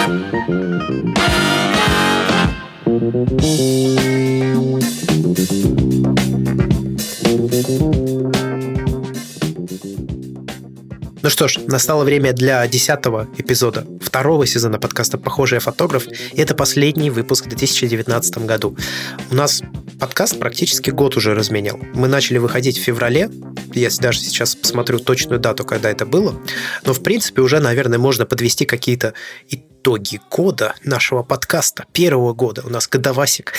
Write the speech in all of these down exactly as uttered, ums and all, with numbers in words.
Ну что ж, настало время для десятого эпизода второго сезона подкаста «Похожий я фотограф». И это последний выпуск в две тысячи девятнадцатом году. У нас подкаст практически год уже разменял. Мы начали выходить в феврале. Я даже сейчас посмотрю точную дату, когда это было. Но, в принципе, уже, наверное, можно подвести какие-то итоги года нашего подкаста. Первого года. У нас годовасик.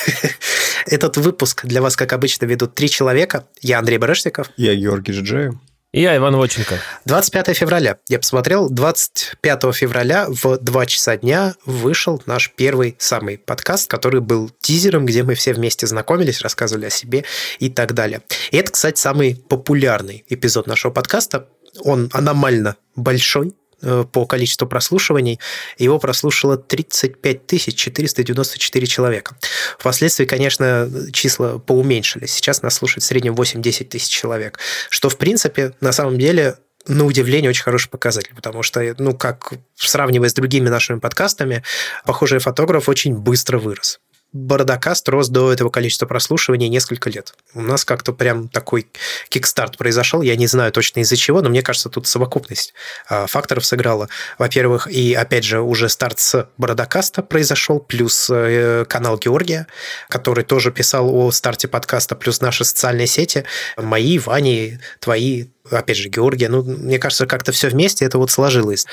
Этот выпуск для вас, как обычно, ведут три человека. Я Андрей Барышников. Я Георгий Жиджаев. И я, Иван Воченко. двадцать пятого февраля. Я посмотрел, двадцать пятого февраля в два часа дня вышел наш первый самый подкаст, который был тизером, где мы все вместе знакомились, рассказывали о себе и так далее. И это, кстати, самый популярный эпизод нашего подкаста. Он аномально большой по количеству прослушиваний. Его прослушало тридцать пять тысяч четыреста девяносто четыре человека. Впоследствии, конечно, числа поуменьшились. Сейчас нас слушает в среднем восемь-десять тысяч человек. Что, в принципе, на самом деле, на удивление, очень хороший показатель. Потому что, ну, как сравнивая с другими нашими подкастами, «Похожий фотограф» очень быстро вырос. Бородокаст рос до этого количества прослушиваний несколько лет. У нас как-то прям такой кикстарт произошел. Я не знаю точно из-за чего, но мне кажется, тут совокупность факторов сыграла. Во-первых, и опять же уже старт с Бородокаста произошел, плюс канал Георгия, который тоже писал о старте подкаста, плюс наши социальные сети, мои, Вани, твои, опять же, Георгия. Ну, мне кажется, как-то все вместе это вот сложилось,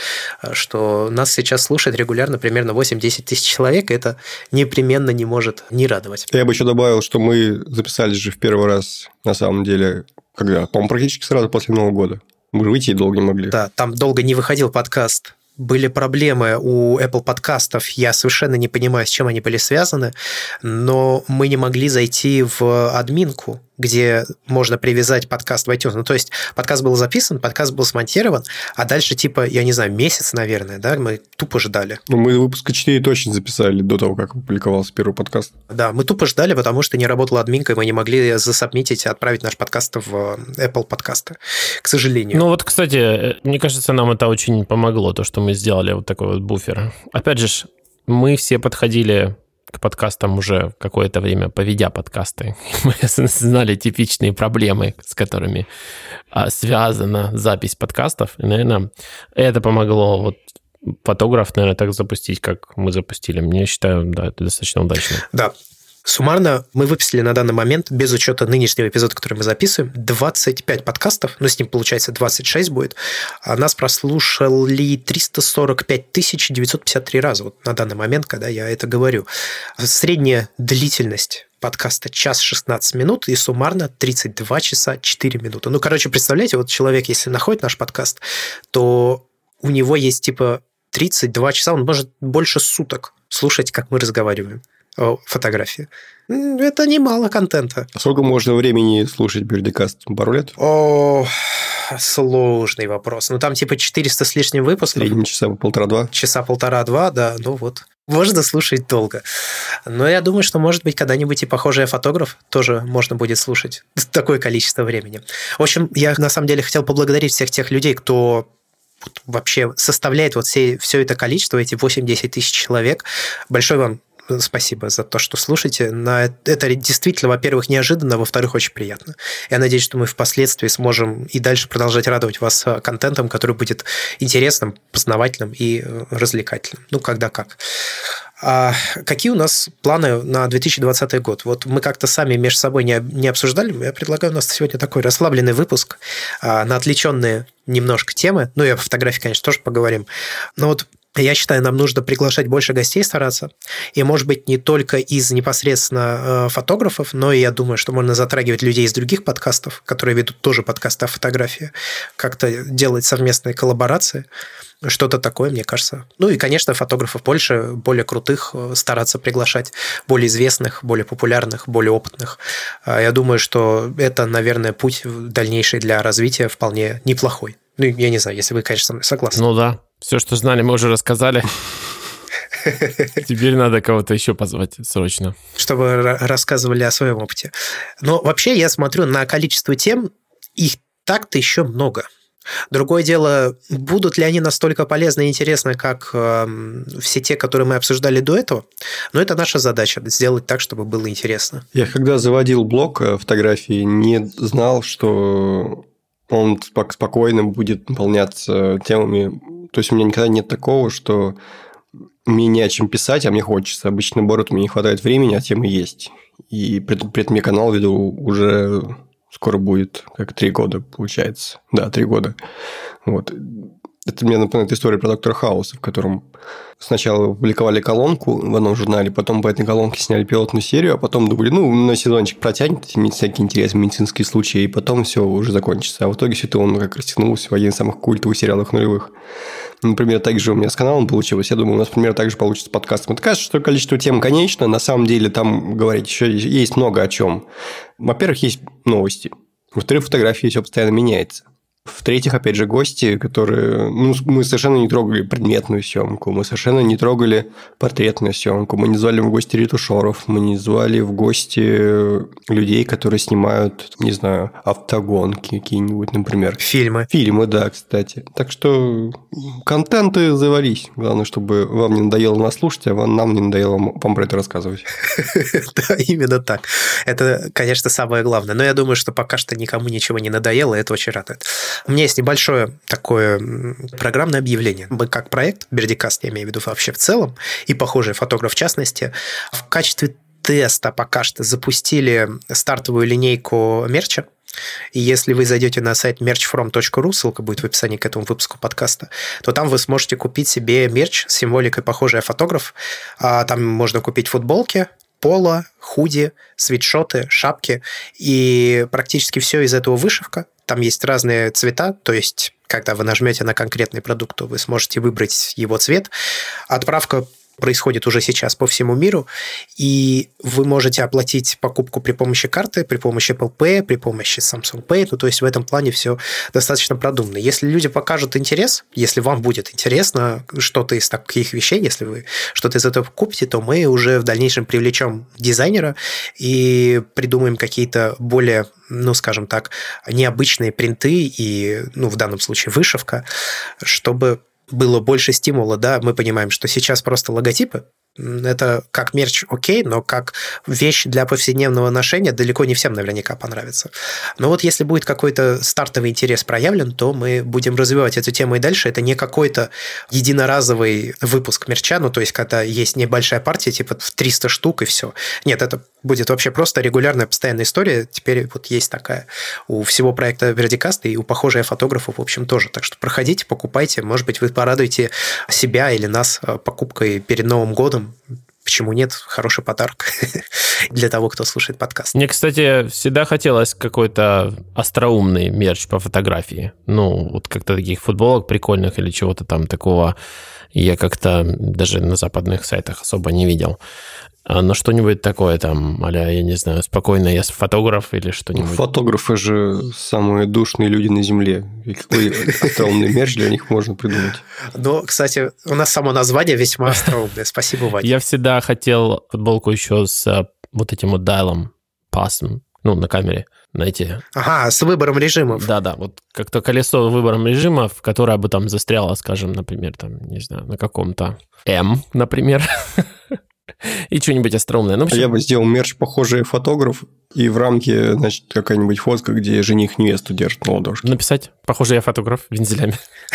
что нас сейчас слушает регулярно примерно восемь-десять тысяч человек, и это непременно не может не радовать. Я бы еще добавил, что мы записались же в первый раз, на самом деле, когда? По-моему, практически сразу после Нового года. Мы же выйти долго не могли. Да, там долго не выходил подкаст. Были проблемы у Apple подкастов, я совершенно не понимаю, с чем они были связаны, но мы не могли зайти в админку, где можно привязать подкаст в iTunes. Ну, то есть, подкаст был записан, подкаст был смонтирован, а дальше, типа, я не знаю, месяц, наверное, да, мы тупо ждали. Ну, мы выпуска четыре точно записали до того, как опубликовался первый подкаст. Да, мы тупо ждали, потому что не работала админка, и мы не могли засабмитить, отправить наш подкаст в Apple подкасты, к сожалению. Ну, вот, кстати, мне кажется, нам это очень помогло, то, что мы сделали вот такой вот буфер. Опять же, мы все подходили к подкастам уже какое-то время, поведя подкасты. Мы знали типичные проблемы, с которыми связана запись подкастов. И, наверное, это помогло вот фотограф, наверное, так запустить, как мы запустили. Мне считаю, да, это достаточно удачно. Да. Суммарно мы выпустили на данный момент, без учета нынешнего эпизода, который мы записываем, двадцать пять подкастов, ну, с ним, получается, двадцать шесть будет, а нас прослушали триста сорок пять тысяч девятьсот пятьдесят три раза вот на данный момент, когда я это говорю. Средняя длительность подкаста час шестнадцать минут и суммарно тридцать два часа четыре минуты. Ну, короче, представляете, вот человек, если находит наш подкаст, то у него есть, типа, тридцать два часа, он может больше суток слушать, как мы разговариваем. Фотографии. Это немало контента. Сколько можно времени слушать Бердикаст? Пару лет? О, сложный вопрос. Ну, там типа четыреста с лишним выпусков. Среднем часа полтора-два. Часа полтора-два, да. Ну, вот. Можно слушать долго. Но я думаю, что, может быть, когда-нибудь и «Похожий я фотограф» тоже можно будет слушать такое количество времени. В общем, я на самом деле хотел поблагодарить всех тех людей, кто вообще составляет вот все, все это количество, эти восемь-десять тысяч человек. Большое вам спасибо за то, что слушаете. Это действительно, во-первых, неожиданно, во-вторых, очень приятно. Я надеюсь, что мы впоследствии сможем и дальше продолжать радовать вас контентом, который будет интересным, познавательным и развлекательным. Ну, когда как. А какие у нас планы на две тысячи двадцатый год? Вот мы как-то сами между собой не, не обсуждали. Я предлагаю у нас сегодня такой расслабленный выпуск а, на отвлеченные немножко темы. Ну, и о фотографии, конечно, тоже поговорим. Но вот я считаю, нам нужно приглашать больше гостей, стараться. И, может быть, не только из непосредственно фотографов, но и я думаю, что можно затрагивать людей из других подкастов, которые ведут тоже подкасты о фотографии, как-то делать совместные коллаборации. Что-то такое, мне кажется. Ну и, конечно, фотографов больше, более крутых, стараться приглашать, более известных, более популярных, более опытных. Я думаю, что это, наверное, путь дальнейший для развития вполне неплохой. Ну, я не знаю, если вы, конечно, со мной согласны. Ну да, все, что знали, мы уже рассказали. Теперь надо кого-то еще позвать срочно. Чтобы рассказывали о своем опыте. Но вообще я смотрю на количество тем, их так-то еще много. Другое дело, будут ли они настолько полезны и интересны, как э, все те, которые мы обсуждали до этого, но это наша задача, сделать так, чтобы было интересно. Я когда заводил блог фотографии, не знал, что он спокойно будет наполняться темами. То есть, у меня никогда нет такого, что мне не о чем писать, а мне хочется. Обычно, наоборот, мне не хватает времени, а темы есть. И при, при этом я канал веду уже скоро будет, как три года, получается. Да, три года. Вот. Это мне напоминает историю про доктора Хауса, в котором сначала публиковали колонку в одном журнале, потом по этой колонке сняли пилотную серию, а потом думали, ну, на сезончик протянет всякие интересные медицинские случаи, и потом все уже закончится. А в итоге все это он как растянулся в один из самых культовых сериалов нулевых. Например, так же у меня с каналом получилось. Я думаю, у нас, например, так же получится с подкастом. Это кажется, что количество тем конечно. На самом деле, там говорить еще есть много о чем. Во-первых, есть новости. Во-вторых, фотографии все постоянно меняется. В-третьих, опять же, гости, которые... Ну, мы совершенно не трогали предметную съемку, мы совершенно не трогали портретную съемку, мы не звали в гости ретушеров, мы не звали в гости людей, которые снимают, не знаю, автогонки какие-нибудь, например. Фильмы. Фильмы, да, кстати. Так что контенты завались. Главное, чтобы вам не надоело нас слушать, а нам не надоело вам про это рассказывать. Да, именно так. Это, конечно, самое главное. Но я думаю, что пока что никому ничего не надоело, и это очень радует. У меня есть небольшое такое программное объявление. Мы как проект, Бердикаст, я имею в виду вообще в целом, и похожий фотограф в частности, в качестве теста пока что запустили стартовую линейку мерча. И если вы зайдете на сайт merchfrom точка ru, ссылка будет в описании к этому выпуску подкаста, то там вы сможете купить себе мерч с символикой «Похожий фотограф». Там можно купить футболки, поло, худи, свитшоты, шапки, и практически все из этого вышивка. Там есть разные цвета, то есть, когда вы нажмете на конкретный продукт, то вы сможете выбрать его цвет. Отправка происходит уже сейчас по всему миру, и вы можете оплатить покупку при помощи карты, при помощи Apple Pay, при помощи Samsung Pay, ну, то есть в этом плане все достаточно продумано. Если люди покажут интерес, если вам будет интересно что-то из таких вещей, если вы что-то из этого купите, то мы уже в дальнейшем привлечем дизайнера и придумаем какие-то более, ну, скажем так, необычные принты и, ну, в данном случае вышивка, чтобы было больше стимула, да, мы понимаем, что сейчас просто логотипы, это как мерч окей, но как вещь для повседневного ношения далеко не всем наверняка понравится. Но вот если будет какой-то стартовый интерес проявлен, то мы будем развивать эту тему и дальше. Это не какой-то единоразовый выпуск мерча, ну, то есть, когда есть небольшая партия, типа в триста штук и все. Нет, это будет вообще просто регулярная, постоянная история. Теперь вот есть такая у всего проекта Бердикаст и у похожих фотографов, в общем, тоже. Так что проходите, покупайте. Может быть, вы порадуете себя или нас покупкой перед Новым годом. Почему нет? Хороший подарок для того, кто слушает подкаст. Мне, кстати, всегда хотелось какой-то остроумный мерч по фотографии. Ну, вот как-то таких футболок прикольных или чего-то там такого я как-то даже на западных сайтах особо не видел. Но что-нибудь такое там, а-ля, я не знаю, спокойно, я фотограф или что-нибудь. Фотографы же самые душные люди на Земле. И какой остроумный мерч для них можно придумать? Ну, кстати, у нас само название весьма остроумное. Спасибо, Ваня. Я всегда хотел футболку еще с вот этим вот дайлом, пасом, ну, на камере, знаете. Ага, с выбором режимов. Да-да, вот как-то колесо выбором режимов, которое бы там застряло, скажем, например, там, не знаю, на каком-то М, например. И что-нибудь остроумное. Ну, я бы сделал мерч «Похожий фотограф», и в рамке, значит, какая-нибудь фотка, где жених невесту держит на ладошке. Написать «Похожий я фотограф» вензелями.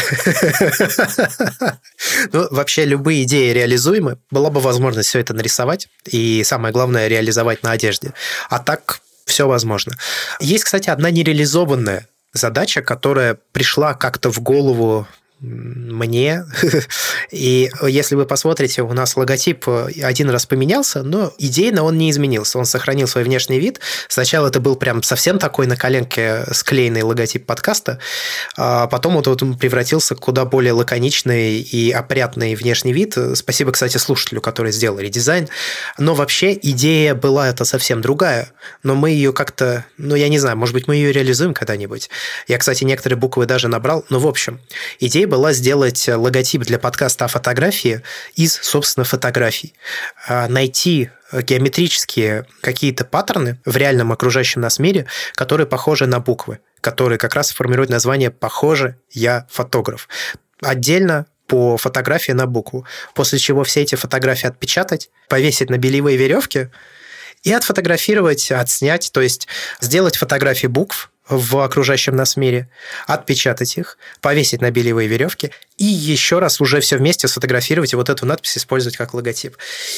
Ну, вообще, любые идеи реализуемы. Была бы возможность все это нарисовать, и самое главное, реализовать на одежде. А так все возможно. Есть, кстати, одна нереализованная задача, которая пришла как-то в голову мне. И если вы посмотрите, у нас логотип один раз поменялся, но идейно он не изменился. Он сохранил свой внешний вид. Сначала это был прям совсем такой на коленке склеенный логотип подкаста, а потом вот он превратился в куда более лаконичный и опрятный внешний вид. Спасибо, кстати, слушателю, который сделал редизайн. Но вообще идея была это совсем другая. Но мы ее как-то, ну, я не знаю, может быть, мы ее реализуем когда-нибудь. Я, кстати, некоторые буквы даже набрал. Но, в общем, идея была сделать логотип для подкаста о фотографии из, собственно, фотографий. Найти геометрические какие-то паттерны в реальном окружающем нас мире, которые похожи на буквы. который как раз формирует название «Похоже, я фотограф». Отдельно по фотографии на букву, после чего все эти фотографии отпечатать, повесить на белевые веревки и отфотографировать, отснять, то есть сделать фотографии букв в окружающем нас мире, отпечатать их, повесить на белевые веревки и еще раз уже все вместе сфотографировать и вот эту надпись использовать как логотип.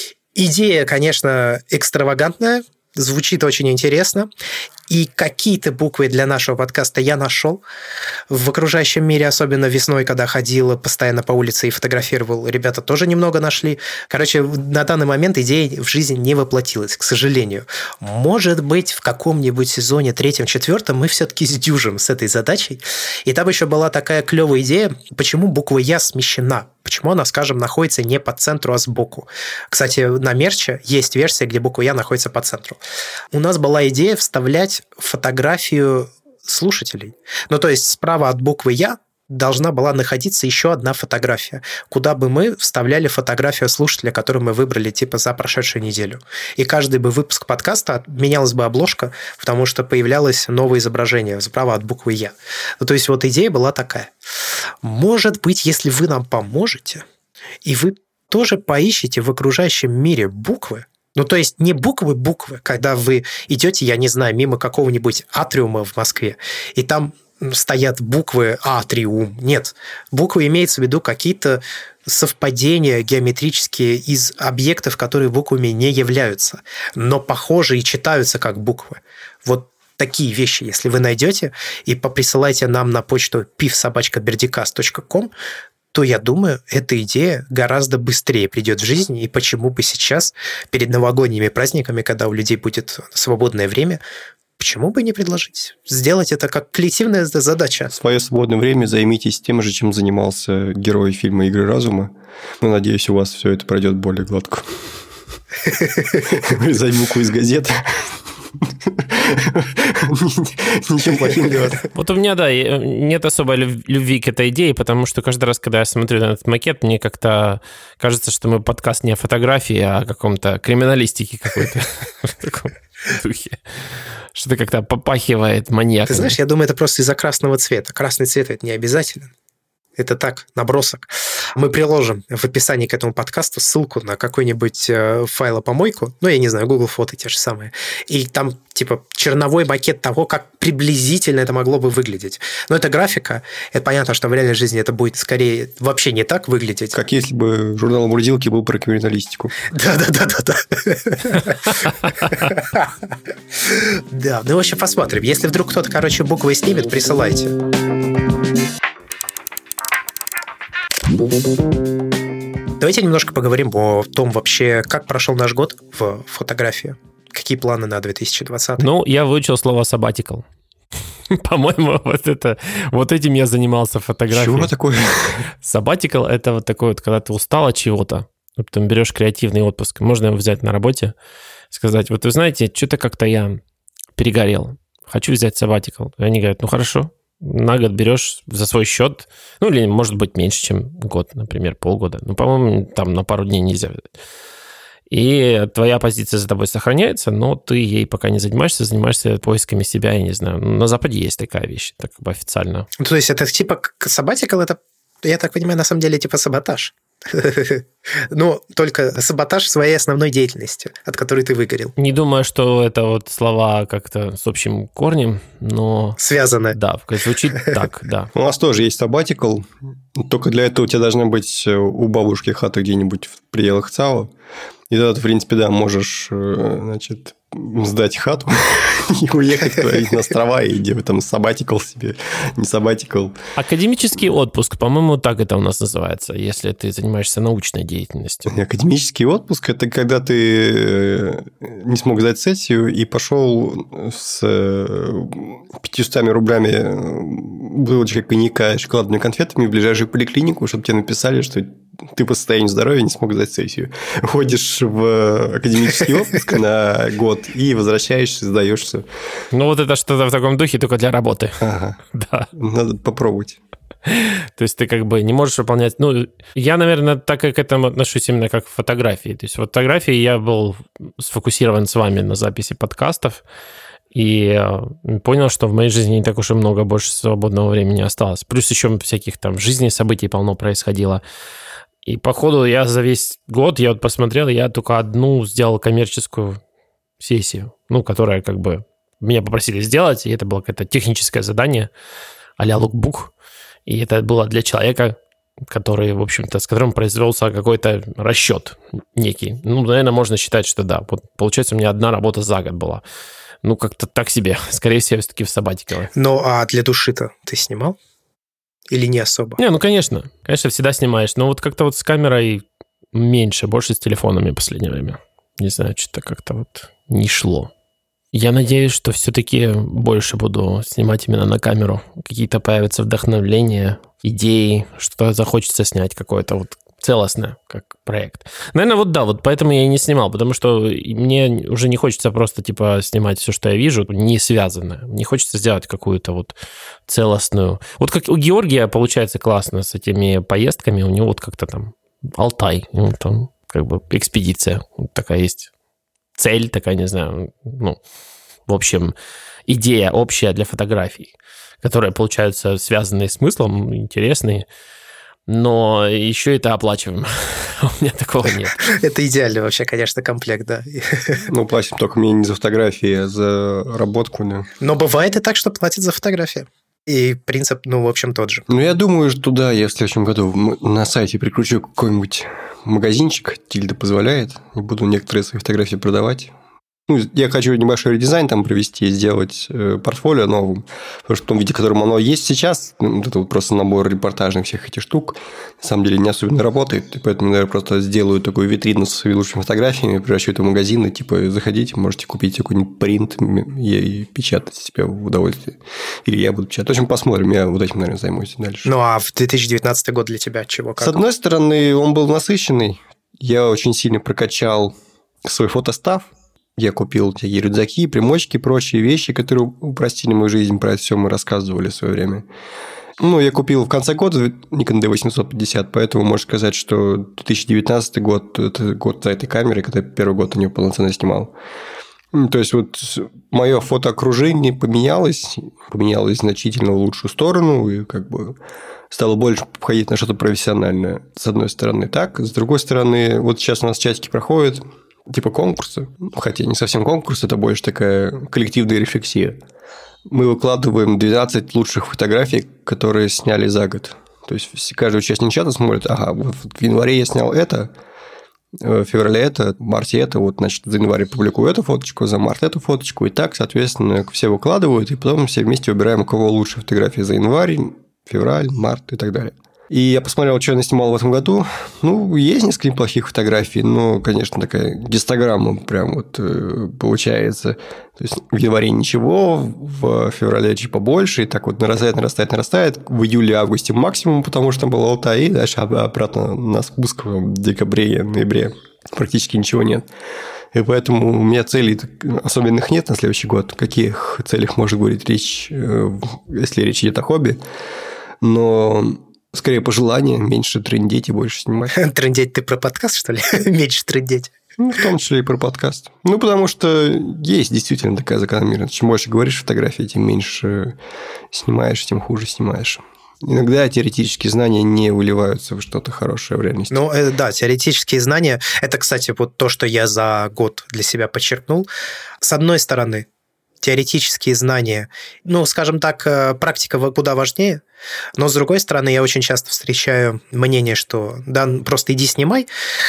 Идея, конечно, экстравагантная, звучит очень интересно. И какие-то буквы для нашего подкаста я нашел в окружающем мире, особенно весной, когда ходил постоянно по улице и фотографировал. Ребята тоже немного нашли. Короче, на данный момент идея в жизни не воплотилась, к сожалению. Может быть, в каком-нибудь сезоне третьем, четвертом мы все-таки сдюжим с этой задачей. И там еще была такая клевая идея, почему буква «Я» смещена. Почему она, скажем, находится не по центру, а сбоку. Кстати, на мерче есть версия, где буква «Я» находится по центру. У нас была идея вставлять фотографию слушателей. Ну, то есть справа от буквы «Я» должна была находиться еще одна фотография, куда бы мы вставляли фотографию слушателя, которую мы выбрали типа за прошедшую неделю. И каждый бы выпуск подкаста менялась бы обложка, потому что появлялось новое изображение справа от буквы «Я». Ну, то есть вот идея была такая. Может быть, если вы нам поможете, и вы тоже поищете в окружающем мире буквы, ну, то есть не буквы-буквы, когда вы идете, я не знаю, мимо какого-нибудь атриума в Москве, и там стоят буквы «Атриум». Нет, буквы имеются в виду какие-то совпадения геометрические из объектов, которые буквами не являются, но похожи и читаются как буквы. Вот такие вещи, если вы найдете и поприсылайте нам на почту пиф собака бердикаст точка ком, то, я думаю, эта идея гораздо быстрее придет в жизнь, и почему бы сейчас, перед новогодними праздниками, когда у людей будет свободное время, почему бы не предложить? Сделать это как коллективная задача. В свое свободное время займитесь тем же, чем занимался герой фильма «Игры разума». Ну, надеюсь, у вас все это пройдет более гладко. Вырезать букву из газеты. Ничем плохим делать. Вот у меня, да, нет особой любви к этой идее, потому что каждый раз, когда я смотрю на этот макет, мне как-то кажется, что мы подкаст не о фотографии, а о каком-то криминалистике какой-то в таком духе. Что-то как-то попахивает маньяком. Ты знаешь, я думаю, это просто из-за красного цвета. Красный цвет – это не обязательно. Это так, набросок. Мы приложим в описании к этому подкасту ссылку на какой-нибудь файлопомойку, ну, я не знаю, Google фото те же самые, и там, типа, черновой макет того, как приблизительно это могло бы выглядеть. Но это графика, это понятно, что в реальной жизни это будет скорее вообще не так выглядеть. Как если бы журнал «Бурдилки» был про криминалистику. Да-да-да-да-да. Да, ну, в общем, посмотрим. Если вдруг кто-то, короче, буквы снимет, присылайте. Давайте немножко поговорим о том вообще, как прошел наш год в фотографии. Какие планы на две тысячи двадцатый? Ну, я выучил слово sabbatical. По-моему, вот это, вот этим я занимался фотографией. Чего такое? Sabbatical – это вот такое вот, когда ты устал от чего-то, потом берешь креативный отпуск. Можно его взять на работе, сказать, вот вы знаете, что-то как-то я перегорел, хочу взять sabbatical. И они говорят, ну хорошо. На год берешь за свой счет, ну, или, может быть, меньше, чем год, например, полгода. Ну, по-моему, там на пару дней нельзя. И твоя позиция за тобой сохраняется, но ты ей пока не занимаешься, занимаешься поисками себя, я не знаю. На Западе есть такая вещь, так как бы официально. Ну, то есть это типа sabbatical, это, я так понимаю, на самом деле типа саботаж. Но только саботаж своей основной деятельности, от которой ты выгорел. Не думаю, что это вот слова как-то с общим корнем, но... Связаны. Да, звучит так, да. У нас тоже есть sabbatical, только для этого у тебя должна быть у бабушки хата где-нибудь в пределах ЦАО. И тогда ты, в принципе, да, можешь, значит, сдать хату и уехать куда-нибудь на острова, и где вы там sabbatical себе, не sabbatical. Академический отпуск, по-моему, так это у нас называется, если ты занимаешься научной деятельностью. Академический отпуск – это когда ты не смог сдать сессию и пошел с пятьюстами рублями бутылочкой коньяка и шоколадными конфетами в ближайшую поликлинику, чтобы тебе написали, что ты по состоянию здоровья не смог сдать сессию. Ходишь в академический отпуск на год и возвращаешься, сдаешься. Ну, вот это что-то в таком духе, только для работы. Ага. Да. Надо попробовать. То есть ты как бы не можешь выполнять... Ну, я, наверное, так и к этому отношусь именно как к фотографии. То есть в фотографии я был сфокусирован с вами на записи подкастов, И понял, что в моей жизни не так уж и много больше свободного времени осталось. Плюс еще всяких там в жизни событий полно происходило. И походу я за весь год, я вот посмотрел, я только одну сделал коммерческую сессию, ну, которая как бы меня попросили сделать, и это было какое-то техническое задание а-ля лукбук. И это было для человека, который, в общем-то, с которым произвелся какой-то расчет некий. Ну, наверное, можно считать, что да. Вот, получается, у меня одна работа за год была. Ну, как-то так себе. Скорее всего, все-таки в сабатиковой. Ну, а для души-то ты снимал? Или не особо? Не, ну, конечно. Конечно, всегда снимаешь. Но вот как-то вот с камерой меньше, больше с телефонами в последнее время. Не знаю, что-то как-то вот не шло. Я надеюсь, что все-таки больше буду снимать именно на камеру. Какие-то появятся вдохновления, идеи, что-то захочется снять какое-то вот целостное, как проект. Наверное, вот да, вот поэтому я и не снимал, потому что мне уже не хочется просто, типа, снимать все, что я вижу, не связанное. Мне хочется сделать какую-то вот целостную... Вот как у Георгия получается классно с этими поездками, у него вот как-то там Алтай, ну, там как бы экспедиция такая есть. Цель такая, не знаю, ну, в общем, идея общая для фотографий, которые получаются связанные смыслом, интересные, но еще это оплачиваем. У меня такого нет. Это идеальный вообще, конечно, комплект, да. Ну, платим только мне не за фотографии, а за работку, да. Но бывает и так, что платят за фотографии. И принцип, ну, в общем, тот же. Ну, я думаю, что да, я в следующем году на сайте прикручу какой-нибудь магазинчик, Тильда позволяет, и буду некоторые свои фотографии продавать. Ну, я хочу небольшой редизайн там провести, сделать э, портфолио новым, потому что в том виде, в котором оно есть сейчас, ну, это вот просто набор репортажных всех этих штук, на самом деле не особенно работает, и поэтому, наверное, просто сделаю такую витрину со своими лучшими фотографиями, превращу это в магазин, и типа заходите, можете купить какой-нибудь принт и печатать себе в удовольствие. Или я буду печатать. В общем, посмотрим, я вот этим, наверное, займусь дальше. Ну, а в две тысячи девятнадцатый год для тебя чего, как? С одной стороны, он был насыщенный, я очень сильно прокачал свой фотостав. Я купил такие рюкзаки, примочки, прочие вещи, которые упростили мою жизнь. Про это все мы рассказывали в свое время. Ну, я купил в конце года Nikon ди восемьсот пятьдесят, поэтому можно сказать, что две тысячи девятнадцатый год – это год за этой камерой, когда я первый год у нее полноценно снимал. То есть, вот мое фотоокружение поменялось, поменялось значительно в лучшую сторону, и как бы стало больше походить на что-то профессиональное, с одной стороны. Так, с другой стороны, вот сейчас у нас чатики проходят, типа конкурсы, хотя не совсем конкурс, это больше такая коллективная рефлексия. Мы выкладываем двенадцать лучших фотографий, которые сняли за год. То есть, каждый участник чата смотрит, ага, вот в январе я снял это, в феврале это, в марте это, вот, значит, за январь публикую эту фоточку, за март эту фоточку, и так, соответственно, все выкладывают, и потом все вместе выбираем, у кого лучшие фотографии за январь, февраль, март и так далее. И я посмотрел, что я наснимал в этом году. Ну, есть несколько неплохих фотографий, но, конечно, такая гистограмма прям вот э, получается. То есть, в январе ничего, в феврале чуть побольше, и так вот нарастает, нарастает, нарастает. В июле-августе максимум, потому что там был Алтай, и дальше обратно на спуск в декабре, ноябре практически ничего нет. И поэтому у меня целей особенных нет на следующий год. О каких целях может говорить речь, если речь идет о хобби. Но... Скорее, пожелание, меньше трындеть и больше снимать. Трындеть ты про подкаст, что ли? Меньше трындеть. Ну, в том числе и про подкаст. Ну, потому что есть действительно такая закономерность. Чем больше говоришь фотографии, тем меньше снимаешь, тем хуже снимаешь. Иногда теоретические знания не выливаются в что-то хорошее в реальности. Ну, да, теоретические знания – это, кстати, вот то, что я за год для себя подчеркнул. С одной стороны, теоретические знания, ну, скажем так, практика куда важнее, но, с другой стороны, я очень часто встречаю мнение, что да, просто иди снимай.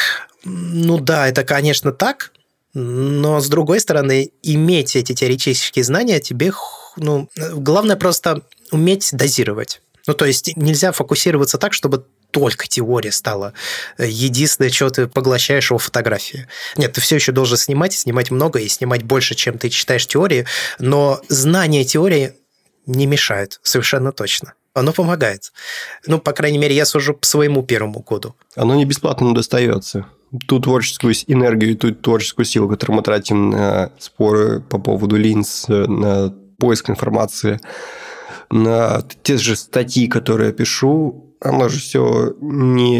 Ну да, это, конечно, так, но, с другой стороны, иметь эти теоретические знания тебе, ну, главное просто уметь дозировать. Ну, то есть нельзя фокусироваться так, чтобы только теория стала единственное, что ты поглощаешь его фотографии. Нет, ты все еще должен снимать, снимать много и снимать больше, чем ты читаешь теории, но знание теории не мешает, совершенно точно. Оно помогает. Ну, по крайней мере, я сужу по своему первому году. Оно не бесплатно достается. Ту творческую энергию, ту творческую силу, которую мы тратим на споры по поводу линз, на поиск информации, на те же статьи, которые я пишу, оно же все не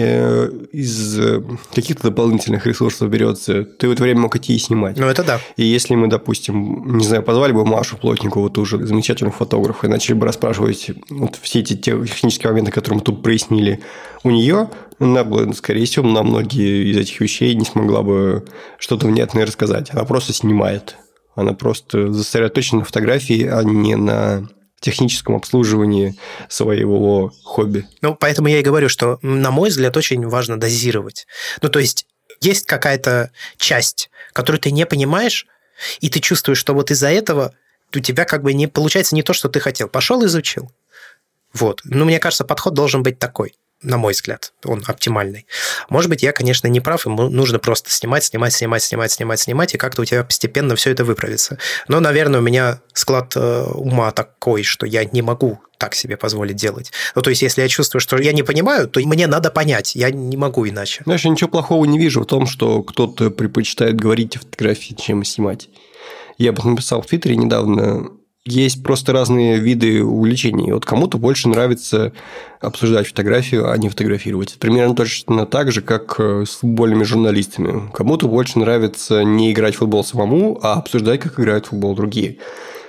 из каких-то дополнительных ресурсов берется. Ты в это время мог идти и снимать. Ну, это да. И если мы, допустим, не знаю, позвали бы Машу Плотникову, ту же замечательную фотографа, и начали бы расспрашивать вот все эти технические моменты, которые мы тут прояснили у нее, она бы, скорее всего, на многие из этих вещей не смогла бы что-то внятное рассказать. Она просто снимает. Она просто сосредоточена на фотографии, а не на техническом обслуживании своего хобби. Ну, поэтому я и говорю, что, на мой взгляд, очень важно дозировать. Ну, то есть, есть какая-то часть, которую ты не понимаешь, и ты чувствуешь, что вот из-за этого у тебя как бы не получается не то, что ты хотел. Пошел, изучил. Вот. Ну, мне кажется, подход должен быть такой. На мой взгляд, он оптимальный. Может быть, я, конечно, не прав, ему нужно просто снимать, снимать, снимать, снимать, снимать, снимать, и как-то у тебя постепенно все это выправится. Но, наверное, у меня склад ума такой, что я не могу так себе позволить делать. Ну, то есть, если я чувствую, что я не понимаю, то мне надо понять, я не могу иначе. Знаешь, я ничего плохого не вижу в том, что кто-то предпочитает говорить о фотографии, чем снимать. Я бы написал в Твиттере недавно... Есть просто разные виды увлечений. Вот кому-то больше нравится обсуждать фотографию, а не фотографировать. Примерно точно так же, как с футбольными журналистами. Кому-то больше нравится не играть в футбол самому, а обсуждать, как играют в футбол другие.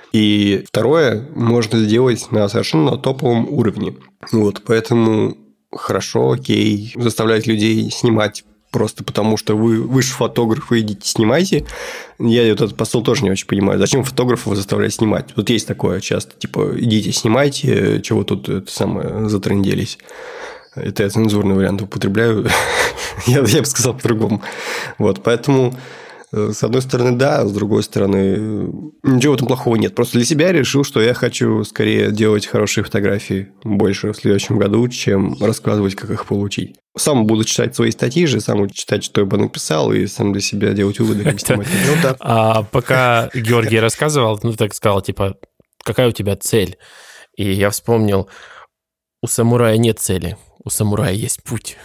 И второе можно сделать на совершенно топовом уровне. Вот, поэтому хорошо, окей, заставлять людей снимать просто потому, что вы, вы же фотограф, вы идите снимайте. Я вот этот посыл тоже не очень понимаю. Зачем фотографов заставлять снимать? Вот есть такое часто, типа, идите снимайте, чего тут это самое затрынделись. Это я цензурный вариант употребляю. я, я бы сказал по-другому. Вот, поэтому... С одной стороны, да, с другой стороны, ничего в этом плохого нет. Просто для себя я решил, что я хочу скорее делать хорошие фотографии больше в следующем году, чем рассказывать, как их получить. Сам буду читать свои статьи же, сам буду читать, что я бы написал, и сам для себя делать выводы, как снимать. Ну да. А пока Георгий рассказывал, ну так сказал, типа, какая у тебя цель? И я вспомнил, у самурая нет цели, у самурая есть путь.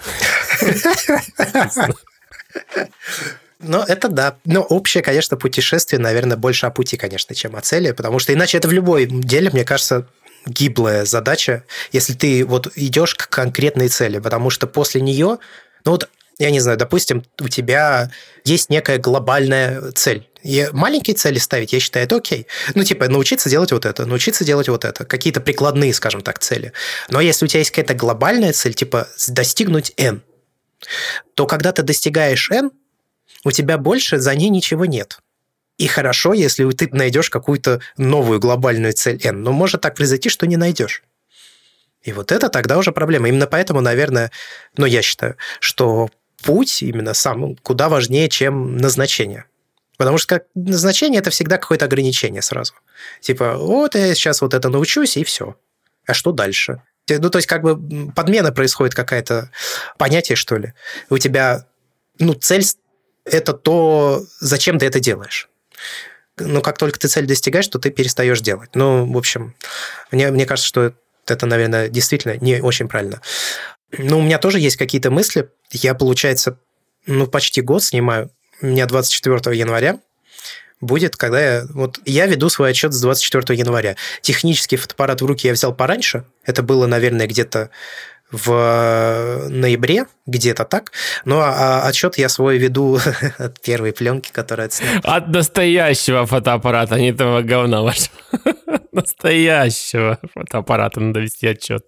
Ну, это да. Но общее, конечно, путешествие, наверное, больше о пути, конечно, чем о цели, потому что иначе это в любом деле, мне кажется, гиблая задача, если ты вот идешь к конкретной цели, потому что после нее, ну вот, я не знаю, допустим, у тебя есть некая глобальная цель. И маленькие цели ставить, я считаю, это окей. Ну, типа, научиться делать вот это, научиться делать вот это. Какие-то прикладные, скажем так, цели. Но если у тебя есть какая-то глобальная цель, типа достигнуть N, то когда ты достигаешь N, у тебя больше за ней ничего нет. И хорошо, если ты найдешь какую-то новую глобальную цель N, но может так произойти, что не найдешь. И вот это тогда уже проблема. Именно поэтому, наверное, ну, я считаю, что путь именно сам куда важнее, чем назначение. Потому что как назначение – это всегда какое-то ограничение сразу. Типа, вот я сейчас вот это научусь, и все. А что дальше? Ну, то есть, как бы подмена происходит какая-то, понятие, что ли. У тебя, ну, цель – это то, зачем ты это делаешь. Но как только ты цель достигаешь, то ты перестаешь делать. Ну, в общем, мне, мне кажется, что это, наверное, действительно не очень правильно. Но у меня тоже есть какие-то мысли. Я, получается, ну, почти год снимаю. У меня двадцать четвёртого января будет, когда я... Вот я веду свой отчет с двадцать четвёртого января. Технический фотоаппарат в руки я взял пораньше. Это было, наверное, где-то в ноябре, где-то так. Ну, а отчет я свой веду от первой пленки, которая отсняла. От настоящего фотоаппарата, а не этого говна вашего. Настоящего фотоаппарата надо вести отчет.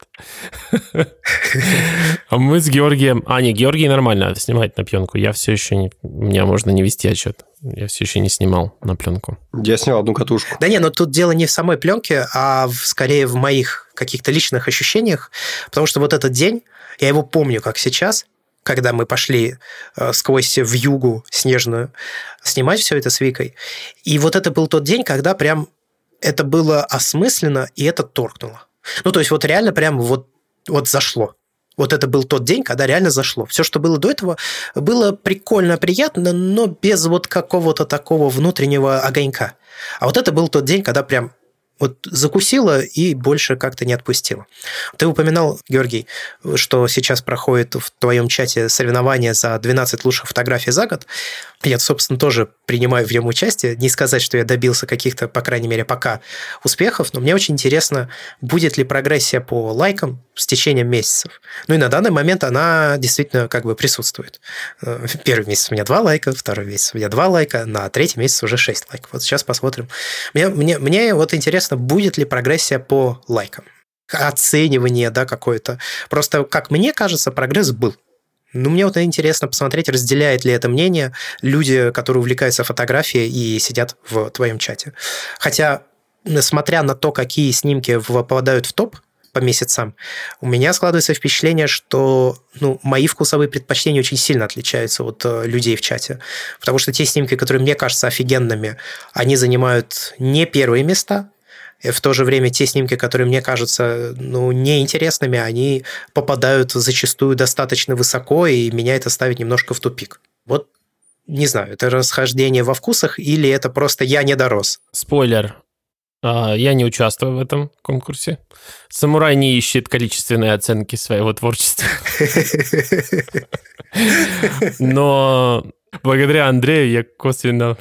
А мы с Георгием... А, не, Георгий нормально снимать на пленку. Я все еще не... Меня можно не вести отчет. Я все еще не снимал на пленку. Я снял одну катушку. Да не, но тут дело не в самой пленке, а в, скорее в моих каких-то личных ощущениях, потому что вот этот день, я его помню как сейчас, когда мы пошли э, сквозь вьюгу снежную снимать все это с Викой. И вот это был тот день, когда прям это было осмысленно, и это торкнуло. Ну, то есть вот реально прям вот, вот зашло. Вот это был тот день, когда реально зашло. Все, что было до этого, было прикольно, приятно, но без вот какого-то такого внутреннего огонька. А вот это был тот день, когда прям вот закусила и больше как-то не отпустила. Ты упоминал, Георгий, что сейчас проходит в твоем чате соревнования за двенадцать лучших фотографий за год. Я, собственно, тоже принимаю в нем участие. Не сказать, что я добился каких-то, по крайней мере, пока успехов, но мне очень интересно, будет ли прогрессия по лайкам с течением месяцев. Ну и на данный момент она действительно как бы присутствует. Первый месяц у меня два лайка, второй месяц у меня два лайка, на третий месяц уже шесть лайков. Вот сейчас посмотрим. Мне, мне, мне вот интересно, будет ли прогрессия по лайкам. Оценивание, да, какое-то. Просто, как мне кажется, прогресс был. Ну, мне вот интересно посмотреть, разделяет ли это мнение люди, которые увлекаются фотографией и сидят в твоем чате. Хотя, смотря на то, какие снимки попадают в топ по месяцам, у меня складывается впечатление, что ну, мои вкусовые предпочтения очень сильно отличаются от людей в чате. Потому что те снимки, которые мне кажутся офигенными, они занимают не первые места. И в то же время те снимки, которые мне кажутся ну, неинтересными, они попадают зачастую достаточно высоко, и меня это ставит немножко в тупик. Вот не знаю, это расхождение во вкусах или это просто я не дорос? Спойлер. Я не участвую в этом конкурсе. Самурай не ищет количественные оценки своего творчества. Но благодаря Андрею я косвенно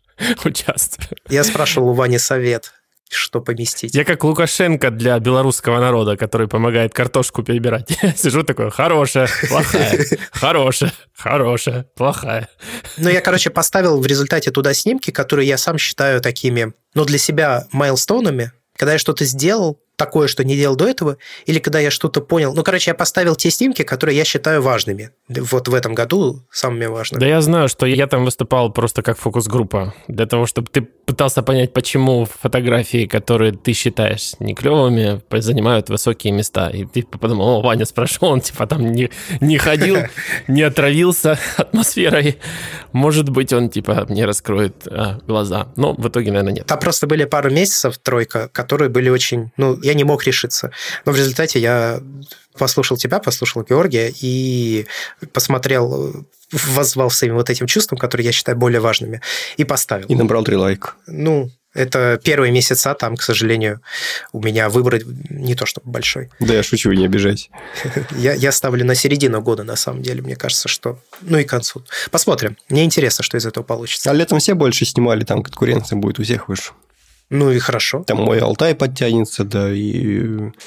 участвую. Я спрашивал у Вани совет, что поместить. Я как Лукашенко для белорусского народа, который помогает картошку перебирать. Я сижу такой, хорошая, плохая, хорошая, хорошая, плохая. Ну, я, короче, поставил в результате туда снимки, которые я сам считаю такими, ну, для себя майлстоунами, когда я что-то сделал, такое, что не делал до этого, или когда я что-то понял. Ну, короче, я поставил те снимки, которые я считаю важными. Вот в этом году самыми важными. Да я знаю, что я там выступал просто как фокус-группа. Для того, чтобы ты пытался понять, почему фотографии, которые ты считаешь не клевыми, занимают высокие места. И ты подумал, о, Ваня спрашивал, он типа там не, не ходил, не отравился атмосферой. Может быть, он типа не раскроет а, глаза. Но в итоге, наверное, нет. Там просто были пару месяцев, тройка, которые были очень... Ну, я не мог решиться. Но в результате я послушал тебя, послушал Георгия и посмотрел, воззвал всеми вот этим чувствам, которые я считаю более важными, и поставил. И набрал три лайка. Ну, это первые месяца, там, к сожалению, у меня выбор не то чтобы большой. Да я шучу, не обижайся. я, я ставлю на середину года, на самом деле, мне кажется, что... Ну и к концу. Посмотрим. Мне интересно, что из этого получится. А летом все больше снимали, там конкуренция будет у всех выше. Ну и хорошо. Там мой Алтай подтянется, да, и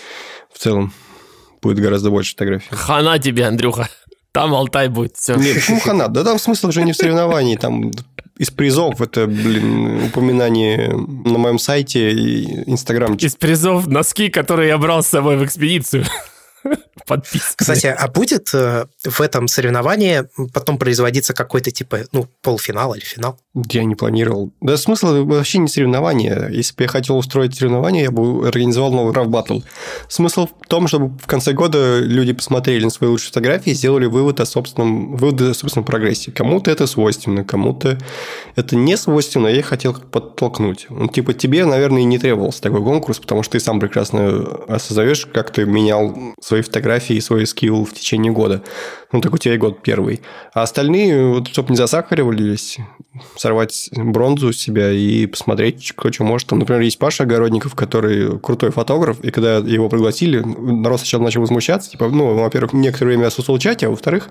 в целом будет гораздо больше фотографий. Хана тебе, Андрюха. Там Алтай будет. Все. Нет, почему хана? Да там смысл же не в соревновании. Там из призов это, блин, упоминание на моем сайте и Инстаграм. Из призов носки, которые я брал с собой в экспедицию. Подписка. Кстати, а будет э, в этом соревновании потом производиться какой-то типа, ну, полуфинал или финал? Я не планировал. Да смысл вообще не соревнования. Если бы я хотел устроить соревнование, я бы организовал новый Rough Battle. Смысл в том, чтобы в конце года люди посмотрели на свои лучшие фотографии и сделали вывод о собственном, выводы о собственном прогрессе. Кому-то это свойственно, кому-то это не свойственно, я хотел подтолкнуть. Ну, типа, тебе, наверное, и не требовался такой конкурс, потому что ты сам прекрасно осознаешь, как ты менял свои фотографии и свой скилл в течение года. Ну, так у тебя и год первый. А остальные, вот, чтобы не засахаривались, сорвать бронзу с себя и посмотреть, кто что может. Там, например, есть Паша Огородников, который крутой фотограф, и когда его пригласили, народ сначала начал возмущаться. Типа, ну, во-первых, некоторое время отсутствовал в чате, а во-вторых,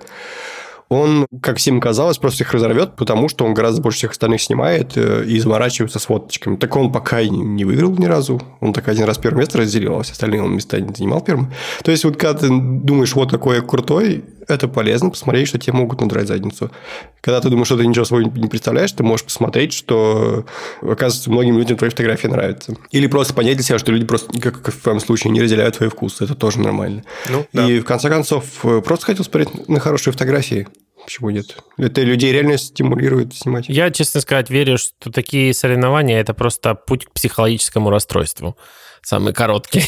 он, как всем казалось, просто их разорвет, потому что он гораздо больше всех остальных снимает и заморачивается с фоточками. Так он пока и не выиграл ни разу. Он так один раз первое место разделил, а все остальные он места не занимал первым. То есть, вот когда ты думаешь, вот какой я крутой, это полезно посмотреть, что тебе могут надрать задницу. Когда ты думаешь, что ты ничего своего не представляешь, ты можешь посмотреть, что, оказывается, многим людям твои фотографии нравятся. Или просто понять для себя, что люди просто, как в твоем случае, не разделяют твои вкусы. Это тоже нормально. Ну, да. И, в конце концов, просто хотел смотреть на хорошие фотографии. Почему нет? Это людей реально стимулирует снимать. Я, честно сказать, верю, что такие соревнования – это просто путь к психологическому расстройству. Самый короткий,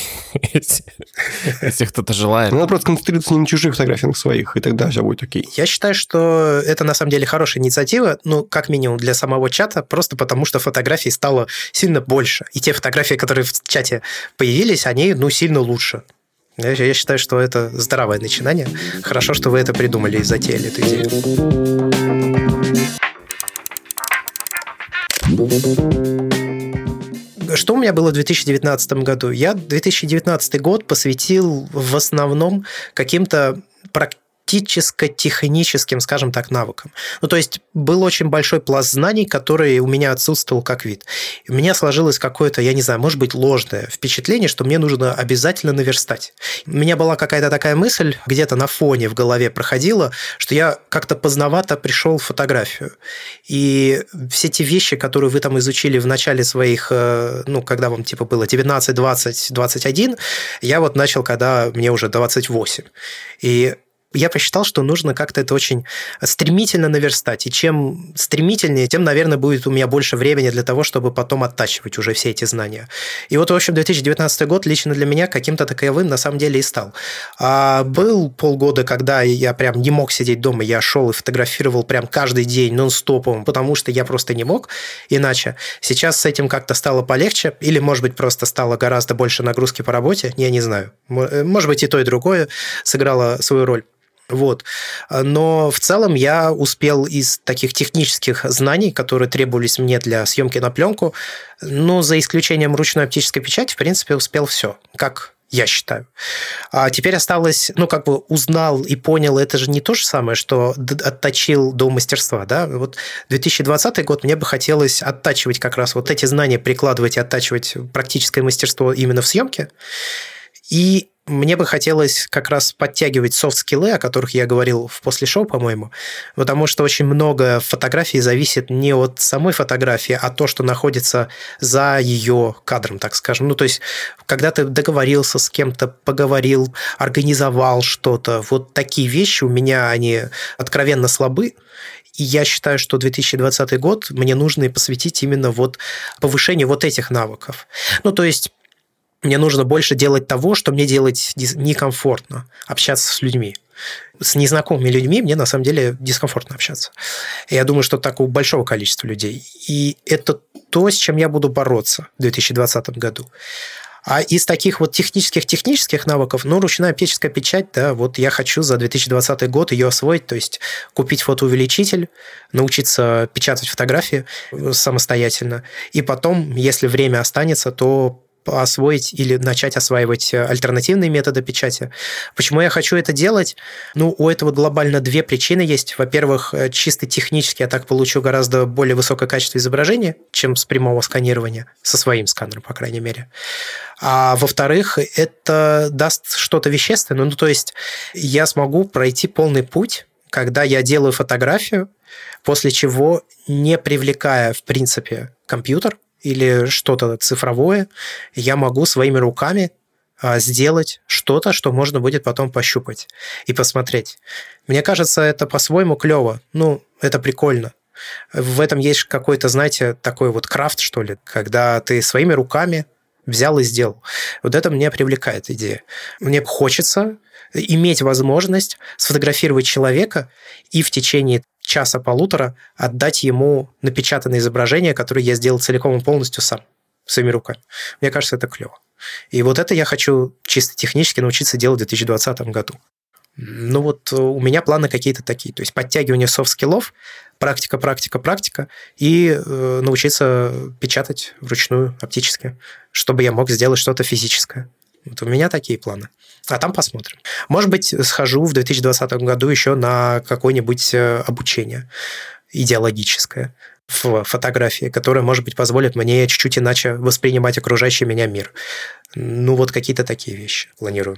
если кто-то желает. Надо просто концентрироваться не на чужих фотографиях, а на своих, и тогда все будет окей. Я считаю, что это на самом деле хорошая инициатива, ну, как минимум для самого чата, просто потому что фотографий стало сильно больше. И те фотографии, которые в чате появились, они, ну, сильно лучше. Я считаю, что это здравое начинание. Хорошо, что вы это придумали и затеяли эту идею. Что у меня было в две тысячи девятнадцатом году? Я две тысячи девятнадцатый год посвятил в основном каким-то практическо-техническим, скажем так, навыкам. Ну, то есть был очень большой пласт знаний, который у меня отсутствовал как вид. И у меня сложилось какое-то, я не знаю, может быть, ложное впечатление, что мне нужно обязательно наверстать. У меня была какая-то такая мысль, где-то на фоне в голове проходила, что я как-то поздновато пришел в фотографию. И все те вещи, которые вы там изучили в начале своих, ну, когда вам типа было девятнадцать, двадцать, двадцать один, я вот начал, когда мне уже двадцать восемь. И я посчитал, что нужно как-то это очень стремительно наверстать. И чем стремительнее, тем, наверное, будет у меня больше времени для того, чтобы потом оттачивать уже все эти знания. И вот, в общем, две тысячи девятнадцатый год лично для меня каким-то таковым на самом деле и стал. А был полгода, когда я прям не мог сидеть дома, я шел и фотографировал прям каждый день нон-стопом, потому что я просто не мог иначе. Сейчас с этим как-то стало полегче, или, может быть, просто стало гораздо больше нагрузки по работе, я не знаю. Может быть, и то, и другое сыграло свою роль. Вот. Но в целом я успел из таких технических знаний, которые требовались мне для съемки на пленку, ну, за исключением ручной оптической печати, в принципе, успел все, как я считаю. А теперь осталось, ну, как бы узнал и понял, это же не то же самое, что отточил до мастерства, да. Вот две тысячи двадцатый год мне бы хотелось оттачивать как раз вот эти знания, прикладывать и оттачивать практическое мастерство именно в съемке. И мне бы хотелось как раз подтягивать софт-скиллы, о которых я говорил в после шоу, по-моему, потому что очень много фотографий зависит не от самой фотографии, а то, что находится за ее кадром, так скажем. Ну, то есть, когда ты договорился с кем-то, поговорил, организовал что-то, вот такие вещи у меня, они откровенно слабы. И я считаю, что две тысячи двадцатый год мне нужно посвятить именно вот повышению вот этих навыков. Ну, то есть, мне нужно больше делать того, что мне делать некомфортно, общаться с людьми. С незнакомыми людьми мне, на самом деле, дискомфортно общаться. И я думаю, что так у большого количества людей. И это то, с чем я буду бороться в две тысячи двадцатом году. А из таких вот технических-технических навыков, ну, ручная оптическая печать, да, вот я хочу за две тысячи двадцатый год ее освоить, то есть купить фотоувеличитель, научиться печатать фотографии самостоятельно, и потом, если время останется, то освоить или начать осваивать альтернативные методы печати. Почему я хочу это делать? Ну, у этого глобально две причины есть. Во-первых, чисто технически я так получу гораздо более высокое качество изображения, чем с прямого сканирования, со своим сканером, по крайней мере. А во-вторых, это даст что-то вещественное. Ну, то есть я смогу пройти полный путь, когда я делаю фотографию, после чего, не привлекая, в принципе, компьютер, или что-то цифровое, я могу своими руками сделать что-то, что можно будет потом пощупать и посмотреть. Мне кажется, это по-своему клево. Ну, это прикольно. В этом есть какой-то, знаете, такой вот крафт, что ли, когда ты своими руками взял и сделал. Вот это меня привлекает идея. Мне хочется иметь возможность сфотографировать человека и в течение часа-полутора отдать ему напечатанное изображение, которое я сделал целиком и полностью сам, своими руками. Мне кажется, это клево. И вот это я хочу чисто технически научиться делать в две тысячи двадцатом году. Ну вот у меня планы какие-то такие. То есть подтягивание софт-скиллов, практика, практика, практика, и э, научиться печатать вручную, оптически, чтобы я мог сделать что-то физическое. Вот у меня такие планы. А там посмотрим. Может быть, схожу в две тысячи двадцатом году еще на какое-нибудь обучение идеологическое в фотографии, которое, может быть, позволит мне чуть-чуть иначе воспринимать окружающий меня мир. Ну, вот какие-то такие вещи планирую.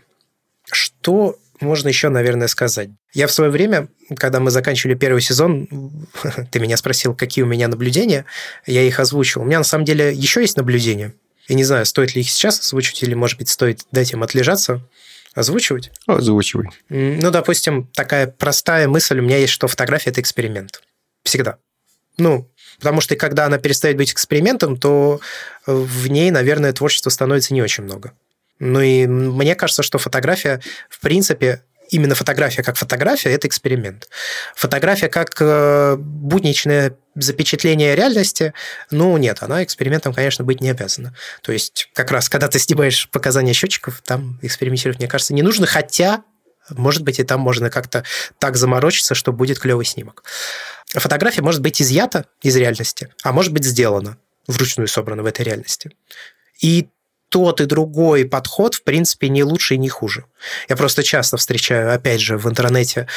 Что можно еще, наверное, сказать? Я в свое время, когда мы заканчивали первый сезон, ты меня спросил, какие у меня наблюдения, я их озвучил. У меня, на самом деле, еще есть наблюдения. Я не знаю, стоит ли их сейчас озвучивать, или, может быть, стоит дать им отлежаться. Озвучивать? Озвучивай. Ну, допустим, такая простая мысль у меня есть, что фотография – это эксперимент. Всегда. Ну, потому что когда она перестает быть экспериментом, то в ней, наверное, творчества становится не очень много. Ну, и мне кажется, что фотография, в принципе, именно фотография как фотография – это эксперимент. Фотография как э, будничное запечатление реальности, ну, нет, она экспериментом, конечно, быть не обязана. То есть, как раз, когда ты снимаешь показания счетчиков, там экспериментировать, мне кажется, не нужно, хотя, может быть, и там можно как-то так заморочиться, что будет клевый снимок. Фотография может быть изъята из реальности, а может быть сделана, вручную собрана в этой реальности. И тот и другой подход, в принципе, не лучше и не хуже. Я просто часто встречаю, опять же, в интернете.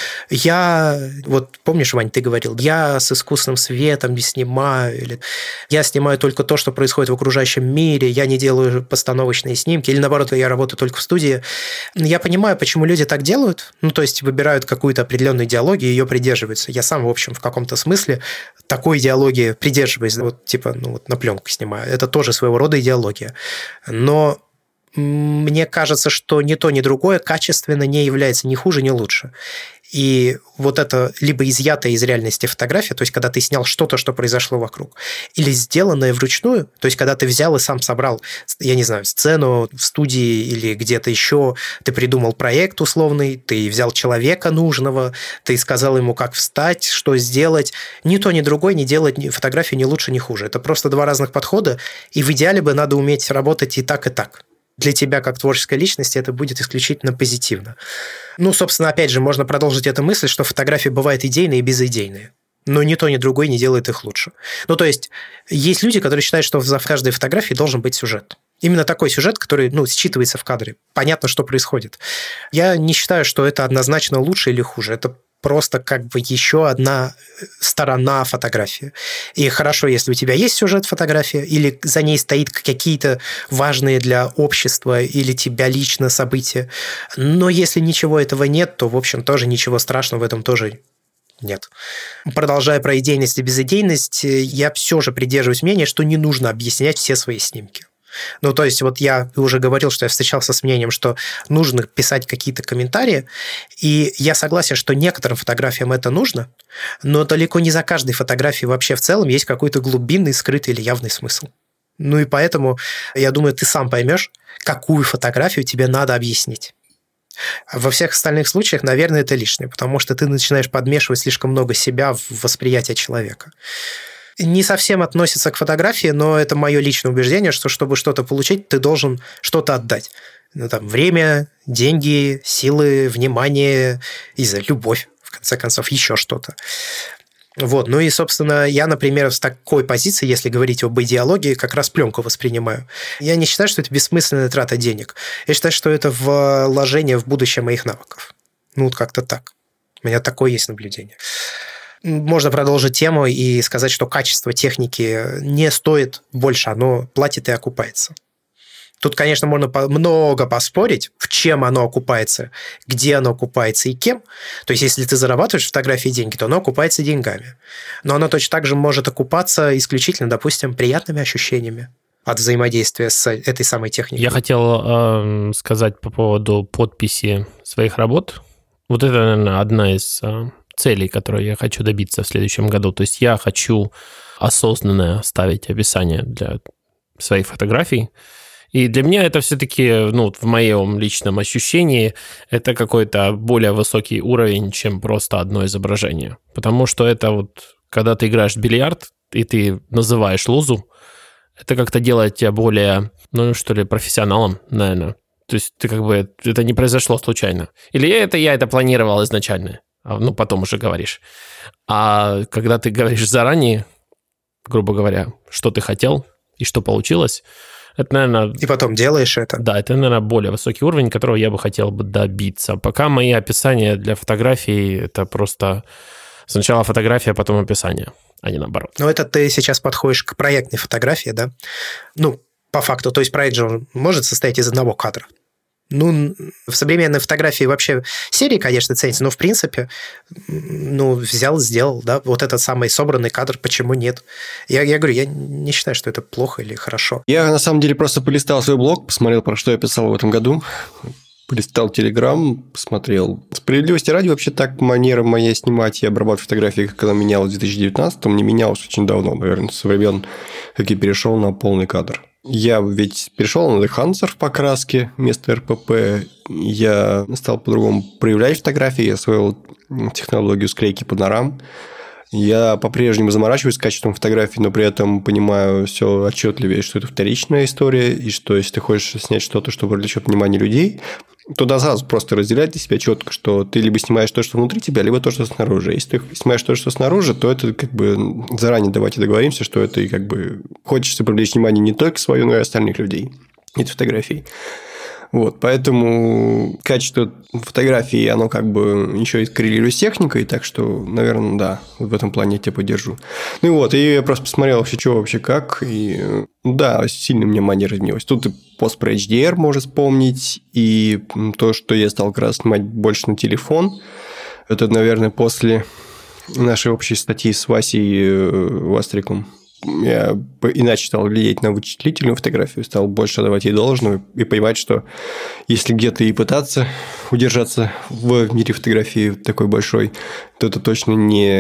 Я, вот помнишь, Вань, ты говорил, я с искусственным светом не снимаю, или я снимаю только то, что происходит в окружающем мире, я не делаю постановочные снимки, или наоборот, я работаю только в студии. Я понимаю, почему люди так делают, ну, то есть выбирают какую-то определенную идеологию и ее придерживаются. Я сам, в общем, в каком-то смысле такой идеологии придерживаюсь, вот типа, ну, вот на пленку снимаю. Это тоже своего рода идеология. Но мне кажется, что ни то, ни другое качественно не является ни хуже, ни лучше. И вот это либо изъятая из реальности фотография, то есть когда ты снял что-то, что произошло вокруг, или сделанное вручную, то есть когда ты взял и сам собрал, я не знаю, сцену в студии или где-то еще, ты придумал проект условный, ты взял человека нужного, ты сказал ему, как встать, что сделать. Ни то, ни другое не делать фотографию ни лучше, ни хуже. Это просто два разных подхода, и в идеале бы надо уметь работать и так, и так. Для тебя, как творческой личности, это будет исключительно позитивно. Ну, собственно, опять же, можно продолжить эту мысль, что фотографии бывают идейные и безидейные. Но ни то, ни другое не делает их лучше. Ну, то есть, есть люди, которые считают, что в каждой фотографии должен быть сюжет. Именно такой сюжет, который, ну, считывается в кадре. Понятно, что происходит. Я не считаю, что это однозначно лучше или хуже. Это просто как бы еще одна сторона фотографии. И хорошо, если у тебя есть сюжет фотографии, или за ней стоит какие-то важные для общества или тебя лично события. Но если ничего этого нет, то, в общем, тоже ничего страшного в этом тоже нет. Продолжая про идейность и безидейность, я все же придерживаюсь мнения, что не нужно объяснять все свои снимки. Ну, то есть, вот я уже говорил, что я встречался с мнением, что нужно писать какие-то комментарии, и я согласен, что некоторым фотографиям это нужно, но далеко не за каждой фотографией вообще в целом есть какой-то глубинный, скрытый или явный смысл. Ну, и поэтому, я думаю, ты сам поймешь, какую фотографию тебе надо объяснить. Во всех остальных случаях, наверное, это лишнее, потому что ты начинаешь подмешивать слишком много себя в восприятие человека. Не совсем относится к фотографии, но это мое личное убеждение, что чтобы что-то получить, ты должен что-то отдать. Ну, там, время, деньги, силы, внимание, и за любовь, в конце концов, еще что-то. Вот. Ну и, собственно, я, например, с такой позиции, если говорить об идеологии, как раз пленку воспринимаю. Я не считаю, что это бессмысленная трата денег. Я считаю, что это вложение в будущее моих навыков. Ну, вот как-то так. У меня такое есть наблюдение. Можно продолжить тему и сказать, что качество техники не стоит больше, оно платит и окупается. Тут, конечно, можно много поспорить, в чем оно окупается, где оно окупается и кем. То есть, если ты зарабатываешь фотографии деньги, то оно окупается деньгами. Но оно точно так же может окупаться исключительно, допустим, приятными ощущениями от взаимодействия с этой самой техникой. Я хотел э, сказать по поводу подписи своих работ. Вот это, наверное, одна из... Э... целей, которые я хочу добиться в следующем году. То есть я хочу осознанно ставить описание для своих фотографий. И для меня это все-таки, ну, в моем личном ощущении, это какой-то более высокий уровень, чем просто одно изображение. Потому что это вот, когда ты играешь в бильярд, и ты называешь лузу, это как-то делает тебя более, ну, что ли, профессионалом, наверное. То есть ты как бы, это не произошло случайно. Или это я это планировал изначально. Ну, потом уже говоришь. А когда ты говоришь заранее, грубо говоря, что ты хотел и что получилось, это, наверное... И потом делаешь это. Да, это, наверное, более высокий уровень, которого я бы хотел бы добиться. Пока мои описания для фотографий – это просто сначала фотография, а потом описание, а не наоборот. Ну, это ты сейчас подходишь к проектной фотографии, да? Ну, по факту. То есть проект же может состоять из одного кадра. Ну, в современной фотографии вообще серии, конечно, ценятся, но, в принципе, ну, взял, сделал, да, вот этот самый собранный кадр, почему нет? Я, я говорю, я не считаю, что это плохо или хорошо. Я, на самом деле, просто полистал свой блог, посмотрел, про что я писал в этом году, полистал Телеграм, посмотрел. Справедливости ради, вообще так манера моя снимать и обрабатывать фотографии, как она менялась в две тысячи девятнадцатом, не менялась очень давно, наверное, со времен, как я перешел на полный кадр. Я ведь перешел на Enhancer в покраске вместо эр пэ пэ. Я стал по-другому проявлять фотографии. Я освоил технологию склейки панорам. Я по-прежнему заморачиваюсь с качеством фотографий, но при этом понимаю все отчетливее, что это вторичная история, и что если ты хочешь снять что-то, что привлечет внимание людей, то да, сразу просто разделять для себя четко, что ты либо снимаешь то, что внутри тебя, либо то, что снаружи. Если ты снимаешь то, что снаружи, то это как бы заранее давайте договоримся, что это как бы хочется привлечь внимание не только свое, но и остальных людей. Эти фотографии. Вот, поэтому качество фотографии, оно как бы еще и коррелирует с техникой, так что, наверное, да, вот в этом плане я тебя поддержу. Ну и вот, и я просто посмотрел вообще, что вообще как, и да, сильно мне манера изменилась. Тут и пост про эйч ди ар можно вспомнить, и то, что я стал как раз снимать больше на телефон, это, наверное, после нашей общей статьи с Васей Вастриком. Я иначе стал глядеть на вычислительную фотографию, стал больше давать ей должного и понимать, что если где-то и пытаться удержаться в мире фотографии такой большой, то это точно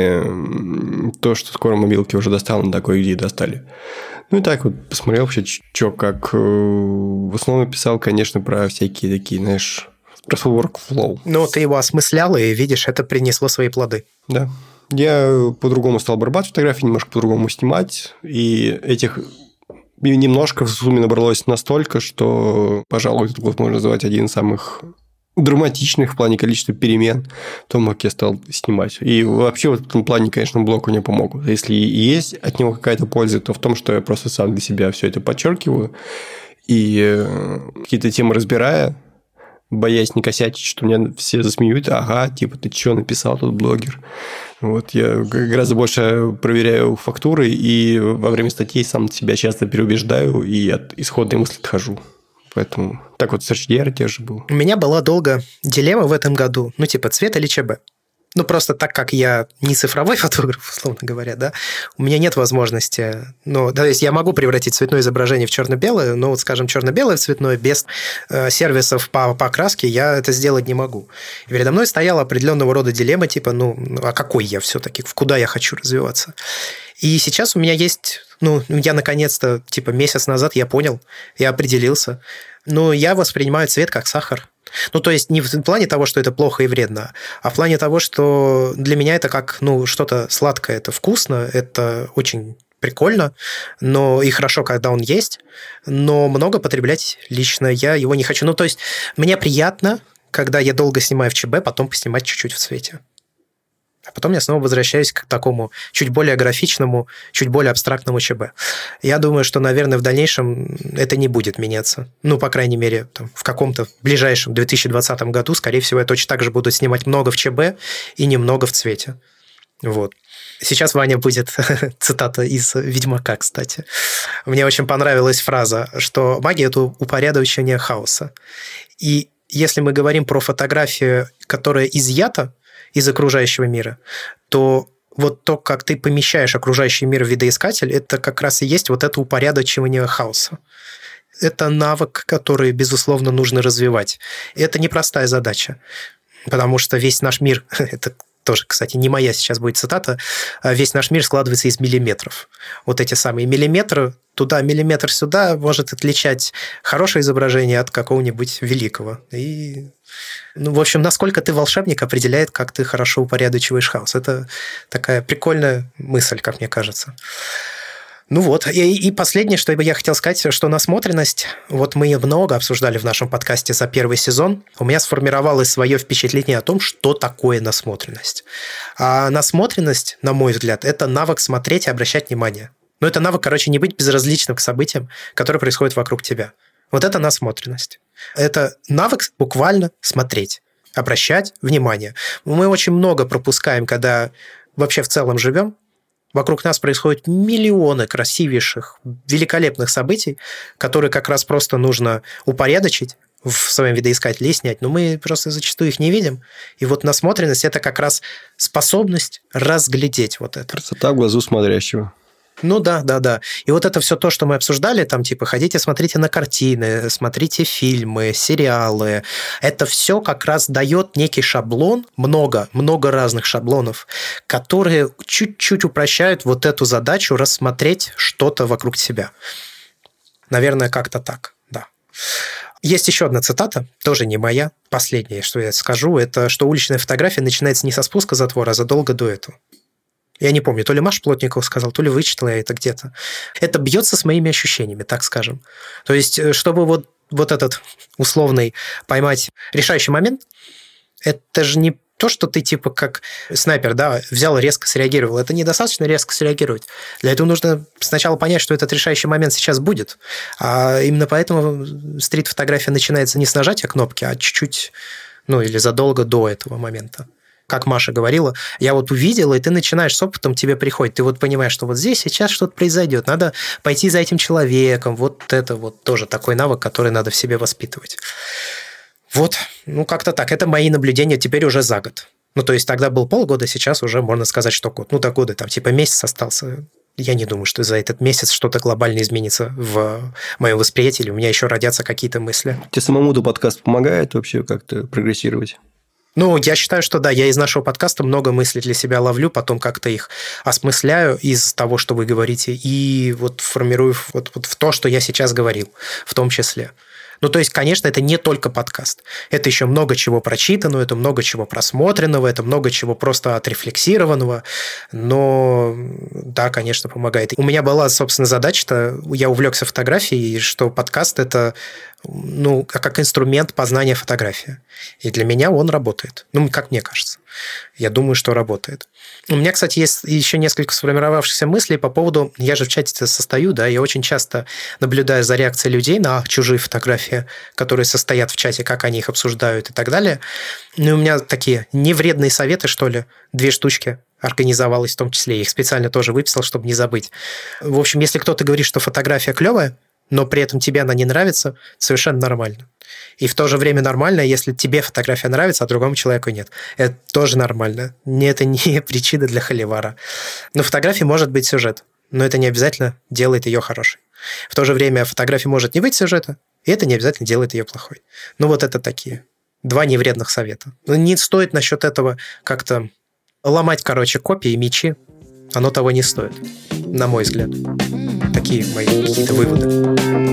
не то, что скоро мобилки уже достанут, такой где и достали. Ну и так вот посмотрел вообще, что как. В основном писал, конечно, про всякие такие, знаешь, про свой workflow. Ну, ты его осмыслял, и видишь, это принесло свои плоды. Да. Я по-другому стал обрабатывать фотографии, немножко по-другому снимать, и этих немножко в сумме набралось настолько, что, пожалуй, этот год можно называть один из самых драматичных в плане количества перемен в том, как я стал снимать. И вообще в этом плане, конечно, блоку мне помогут. Если и есть от него какая-то польза, то в том, что я просто сам для себя все это подчеркиваю, и какие-то темы разбирая, боясь не косячить, что меня все засмеют, ага, типа, ты что написал тут, блогер? Вот, я гораздо больше проверяю фактуры, и во время статей сам себя часто переубеждаю, и от исходной мысли отхожу. Поэтому так вот с эйч ди ар те же был. У меня была долго дилемма в этом году, ну, типа, цвет или ЧБ. Ну, просто так как я не цифровой фотограф, условно говоря, да, у меня нет возможности, ну, то есть я могу превратить цветное изображение в черно-белое, но вот, скажем, черно-белое в цветное без э, сервисов по покраске я это сделать не могу. И передо мной стояла определенного рода дилемма, типа, ну, а какой я все-таки, куда я хочу развиваться? И сейчас у меня есть, ну, я наконец-то, типа, месяц назад я понял, я определился, но я воспринимаю цвет как сахар. Ну, то есть не в плане того, что это плохо и вредно, а в плане того, что для меня это как, ну, что-то сладкое, это вкусно, это очень прикольно, но и хорошо, когда он есть, но много потреблять лично я его не хочу. Ну, то есть мне приятно, когда я долго снимаю в ЧБ, потом поснимать чуть-чуть в цвете. А потом я снова возвращаюсь к такому чуть более графичному, чуть более абстрактному ЧБ. Я думаю, что, наверное, в дальнейшем это не будет меняться. Ну, по крайней мере, там, в каком-то ближайшем две тысячи двадцатом году, скорее всего, я точно так же буду снимать много в ЧБ и немного в цвете. Вот. Сейчас, Ваня, будет цитата из «Ведьмака», кстати. Мне очень понравилась фраза, что магия – это упорядочение хаоса. И если мы говорим про фотографию, которая изъята из окружающего мира, то вот то, как ты помещаешь окружающий мир в видоискатель, это как раз и есть вот это упорядочивание хаоса. Это навык, который, безусловно, нужно развивать. И это непростая задача, потому что весь наш мир, это тоже, кстати, не моя сейчас будет цитата, весь наш мир складывается из миллиметров. Вот эти самые миллиметры, туда миллиметр сюда, может отличать хорошее изображение от какого-нибудь великого. И, ну, в общем, насколько ты волшебник, определяет, как ты хорошо упорядочиваешь хаос. Это такая прикольная мысль, как мне кажется. Ну вот, и, и последнее, что я хотел сказать, что насмотренность, вот мы много обсуждали в нашем подкасте за первый сезон, у меня сформировалось свое впечатление о том, что такое насмотренность. А насмотренность, на мой взгляд, это навык смотреть и обращать внимание. Но это навык, короче, не быть безразличным к событиям, которые происходят вокруг тебя. Вот это насмотренность. Это навык буквально смотреть, обращать внимание. Мы очень много пропускаем, когда вообще в целом живем. Вокруг нас происходят миллионы красивейших, великолепных событий, которые как раз просто нужно упорядочить в своем видоискателе и снять, но мы просто зачастую их не видим. И вот насмотренность – это как раз способность разглядеть вот это. Красота в глазу смотрящего. Ну да, да, да. И вот это все то, что мы обсуждали, там типа ходите, смотрите на картины, смотрите фильмы, сериалы. Это все как раз дает некий шаблон, много, много разных шаблонов, которые чуть-чуть упрощают вот эту задачу рассмотреть что-то вокруг себя. Наверное, как-то так, да. Есть еще одна цитата, тоже не моя, последнее, что я скажу, это что уличная фотография начинается не со спуска затвора, а задолго до этого. Я не помню, то ли Маша Плотникова сказал, то ли вычитала я это где-то. Это бьется с моими ощущениями, так скажем. То есть, чтобы вот, вот этот условный поймать решающий момент, это же не то, что ты типа как снайпер, да, взял и резко среагировал. Это недостаточно резко среагировать. Для этого нужно сначала понять, что этот решающий момент сейчас будет. А именно поэтому стрит-фотография начинается не с нажатия кнопки, а чуть-чуть, ну, или задолго до этого момента. Как Маша говорила, я вот увидела, и ты начинаешь с опытом, тебе приходит, ты вот понимаешь, что вот здесь сейчас что-то произойдет, надо пойти за этим человеком, вот это вот тоже такой навык, который надо в себе воспитывать. Вот, ну как-то так, это мои наблюдения теперь уже за год. Ну то есть тогда был полгода, сейчас уже можно сказать, что год. Ну до года, там типа месяц остался. Я не думаю, что за этот месяц что-то глобально изменится в моем восприятии, или у меня еще родятся какие-то мысли. Тебе самому-то подкаст помогает вообще как-то прогрессировать? Ну, я считаю, что да, я из нашего подкаста много мыслей для себя ловлю, потом как-то их осмысляю из того, что вы говорите, и вот формирую вот, вот в то, что я сейчас говорил, в том числе. Ну, то есть, конечно, это не только подкаст. Это еще много чего прочитанного, это много чего просмотренного, это много чего просто отрефлексированного. Но да, конечно, помогает. У меня была, собственно, задача-то, я увлекся фотографией, что подкаст – это ну, как инструмент познания фотографии. И для меня он работает. Ну, как мне кажется. Я думаю, что работает. У меня, кстати, есть еще несколько сформировавшихся мыслей по поводу... Я же в чате состою, да, я очень часто наблюдаю за реакцией людей на чужие фотографии, которые состоят в чате, как они их обсуждают и так далее. Ну, и у меня такие невредные советы, что ли, две штучки организовалось, в том числе. Я их специально тоже выписал, чтобы не забыть. В общем, если кто-то говорит, что фотография клевая, но при этом тебе она не нравится, совершенно нормально. И в то же время нормально, если тебе фотография нравится, а другому человеку нет. Это тоже нормально. Это не причина для холивара. Но в фотографии может быть сюжет, но это не обязательно делает ее хорошей. В то же время в фотографии может не быть сюжета, и это не обязательно делает ее плохой. Ну вот это такие два невредных совета. Не стоит насчет этого как-то ломать, короче, копии, мечи. Оно того не стоит, на мой взгляд. Такие мои какие-то выводы.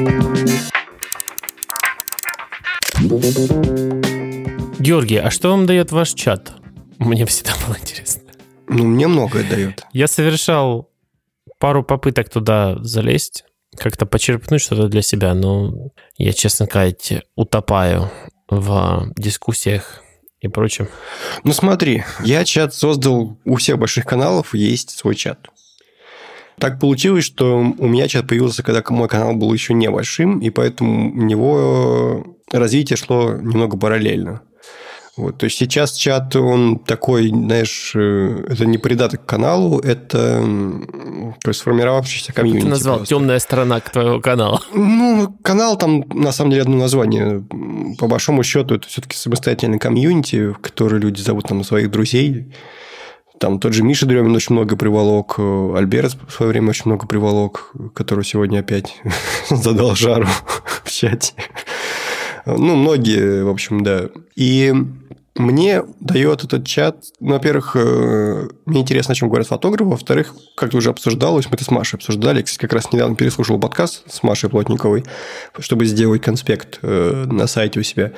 Георгий, а что вам дает ваш чат? Мне всегда было интересно. Ну, мне многое дает. Я совершал пару попыток туда залезть, как-то почерпнуть что-то для себя, но я, честно сказать, утопаю в дискуссиях и прочем. Ну, смотри, я чат создал, у всех больших каналов есть свой чат. Так получилось, что у меня чат появился, когда мой канал был еще небольшим, и поэтому у него развитие шло немного параллельно. Вот, то есть сейчас чат, он такой, знаешь, это не придаток к каналу, это то есть сформировавшийся комьюнити. Ты назвал просто. Темная сторона твоего канала. Ну, канал там, на самом деле, одно название. По большому счету, это все-таки самостоятельный комьюнити, в который люди зовут там своих друзей. Там тот же Миша Дремин очень много приволок, Альберт в свое время очень много приволок, который сегодня опять задал жару в чате. Ну, многие, в общем, да. И мне дает этот чат, ну, во-первых, мне интересно, о чем говорят фотографы, во-вторых, как-то уже обсуждалось, мы это с Машей обсуждали, я, кстати, как раз недавно переслушал подкаст с Машей Плотниковой, чтобы сделать конспект на сайте у себя.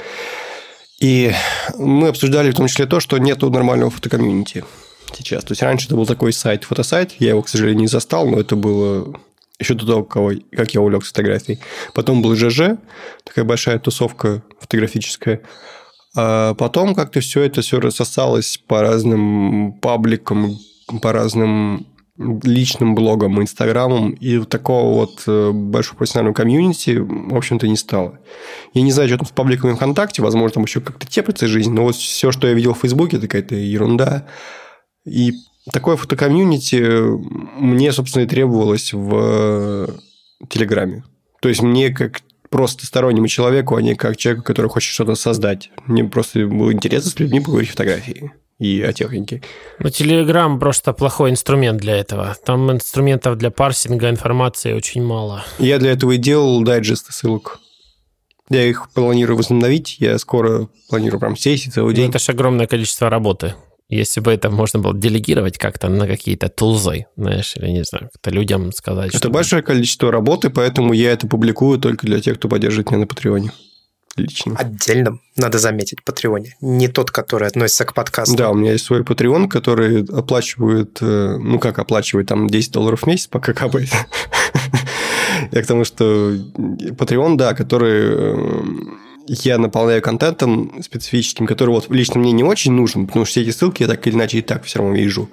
И мы обсуждали в том числе то, что нету нормального фотокомьюнити сейчас. То есть, раньше это был такой сайт, фотосайт, я его, к сожалению, не застал, но это было... Еще до того, как я увлекся фотографией. Потом был ЖЖ, такая большая тусовка фотографическая. А потом как-то все это все рассосалось по разным пабликам, по разным личным блогам, инстаграмам. И такого вот большого профессионального комьюнити, в общем-то, не стало. Я не знаю, что там с пабликами ВКонтакте. Возможно, там еще как-то теплится жизнь. Но вот все, что я видел в Фейсбуке, это какая-то ерунда. И такое фотокомьюнити мне, собственно, и требовалось в Телеграме. То есть, мне как просто стороннему человеку, а не как человеку, который хочет что-то создать. Мне просто было интересно с людьми поговорить о фотографии и о технике. Ну, Телеграм просто плохой инструмент для этого. Там инструментов для парсинга информации очень мало. Я для этого и делал дайджесты ссылок. Я их планирую возобновить. Я скоро планирую прям сесть целый день. Ну, это же огромное количество работы. Если бы это можно было делегировать как-то на какие-то тулзы, знаешь, или, не знаю, как-то людям сказать. Это большое количество работы, поэтому я это публикую только для тех, кто поддерживает меня на Патреоне. лично. Отдельном, надо заметить, Патреоне. Не тот, который относится к подкасту. Да, у меня есть свой Patreon, который оплачивает, ну как оплачивает, там десять долларов в месяц пока капает. Я к тому, что Patreon, да, который я наполняю контентом специфическим, который вот лично мне не очень нужен, потому что все эти ссылки я так или иначе и так все равно вижу.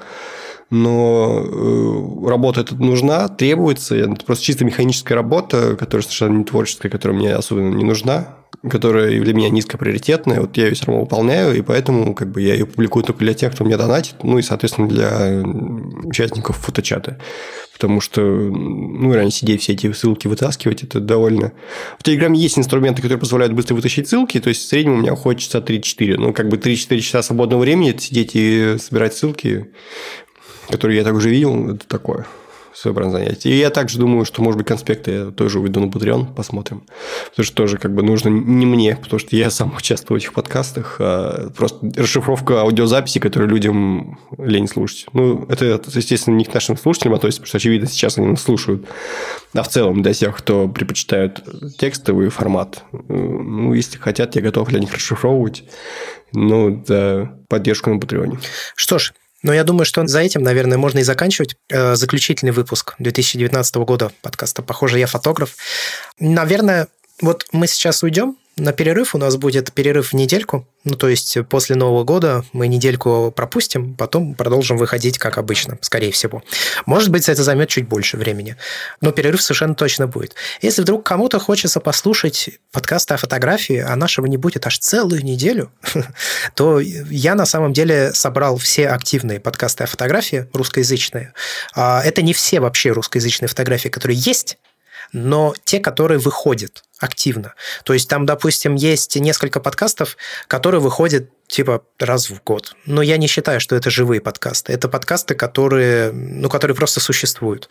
Но э, работа эта нужна, требуется. Это просто чисто механическая работа, которая совершенно не творческая, которая мне особенно не нужна, которая для меня низкоприоритетная. Вот я ее все равно выполняю, и поэтому как бы, я ее публикую только для тех, кто мне донатит, ну и, соответственно, для участников фоточата. Потому что, ну, реально сидеть все эти ссылки вытаскивать, это довольно... В Телеграме есть инструменты, которые позволяют быстро вытащить ссылки, то есть в среднем у меня уходит часа три-четыре. Ну, как бы три-четыре часа свободного времени сидеть и собирать ссылки, которые я так уже видел, это такое своеобразное занятие. И я также думаю, что, может быть, конспекты я тоже уведу на Patreon, посмотрим. Потому что тоже как бы нужно не мне, потому что я сам участвую в этих подкастах, а просто расшифровка аудиозаписи, которые людям лень слушать. Ну, это, естественно, не к нашим слушателям относится, потому что, очевидно, сейчас они нас слушают. А в целом для тех, кто предпочитают текстовый формат, ну, если хотят, я готов для них расшифровывать. Ну, за поддержку на Patreon. Что ж, но я думаю, что за этим, наверное, можно и заканчивать. Заключительный выпуск две тысячи девятнадцатого года подкаста «Похоже, я фотограф». Наверное, вот мы сейчас уйдем на перерыв. У нас будет перерыв в недельку. Ну, то есть после Нового года мы недельку пропустим, потом продолжим выходить, как обычно, скорее всего. Может быть, это займет чуть больше времени, но перерыв совершенно точно будет. Если вдруг кому-то хочется послушать подкасты о фотографии, а нашего не будет аж целую неделю, то я на самом деле собрал все активные подкасты о фотографии русскоязычные. Это не все вообще русскоязычные фотографии, которые есть, но те, которые выходят активно. То есть там, допустим, есть несколько подкастов, которые выходят типа раз в год. Но я не считаю, что это живые подкасты. Это подкасты, которые, ну, которые просто существуют.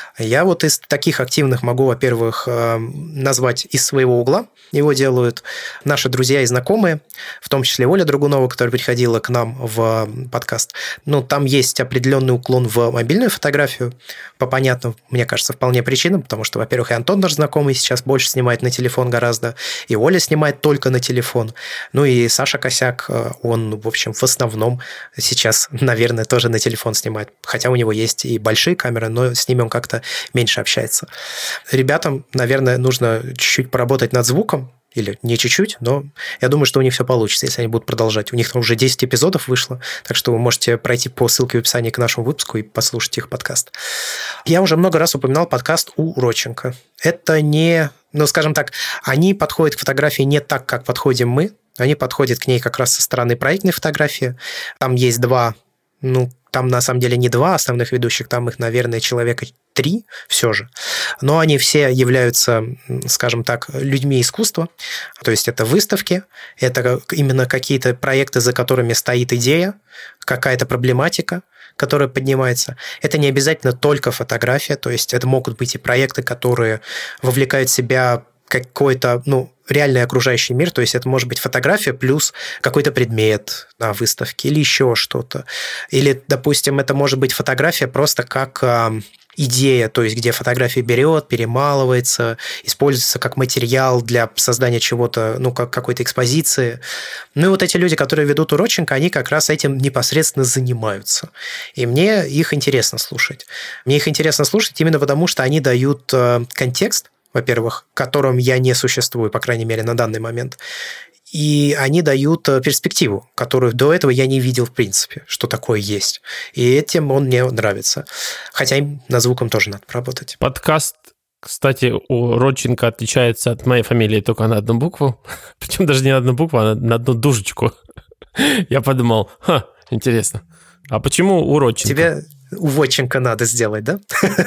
Я вот из таких активных могу, во-первых, назвать из своего угла. Его делают наши друзья и знакомые, в том числе Оля Драгунова, которая приходила к нам в подкаст. Ну, там есть определенный уклон в мобильную фотографию, по понятным, мне кажется, вполне причинам, потому что, во-первых, и Антон наш знакомый сейчас больше снимает на телефон гораздо, и Оля снимает только на телефон. Ну и Саша Косяк, он, в общем, в основном сейчас, наверное, тоже на телефон снимает. Хотя у него есть и большие камеры, но с ними он как-то меньше общается. Ребятам, наверное, нужно чуть-чуть поработать над звуком, или не чуть-чуть, но я думаю, что у них все получится, если они будут продолжать. У них там уже десять эпизодов вышло, так что вы можете пройти по ссылке в описании к нашему выпуску и послушать их подкаст. Я уже много раз упоминал подкаст у Родченко. Это не... Ну, скажем так, они подходят к фотографии не так, как подходим мы. Они подходят к ней как раз со стороны проектной фотографии. Там есть два... Ну, там на самом деле не два основных ведущих, там их, наверное, человека три все же. Но они все являются, скажем так, людьми искусства. То есть это выставки, это именно какие-то проекты, за которыми стоит идея, какая-то проблематика, которая поднимается. Это не обязательно только фотография, то есть это могут быть и проекты, которые вовлекают в себя какой-то, ну, реальный окружающий мир, то есть это может быть фотография плюс какой-то предмет на выставке или еще что-то. Или, допустим, это может быть фотография просто как э, идея, то есть где фотография берет, перемалывается, используется как материал для создания чего-то, ну, как какой-то экспозиции. Ну и вот эти люди, которые ведут у Родченко, они как раз этим непосредственно занимаются. И мне их интересно слушать. Мне их интересно слушать именно потому, что они дают э, контекст, во-первых, которым я не существую, по крайней мере, на данный момент. И они дают перспективу, которую до этого я не видел в принципе, что такое есть. И этим он мне нравится. Хотя им над звуком тоже надо поработать. Подкаст, кстати, у Родченко отличается от моей фамилии только на одну букву. Причем даже не на одну букву, а на одну дужечку. Я подумал, ха, интересно. А почему у Родченко? Тебе... У Родченко надо сделать, да?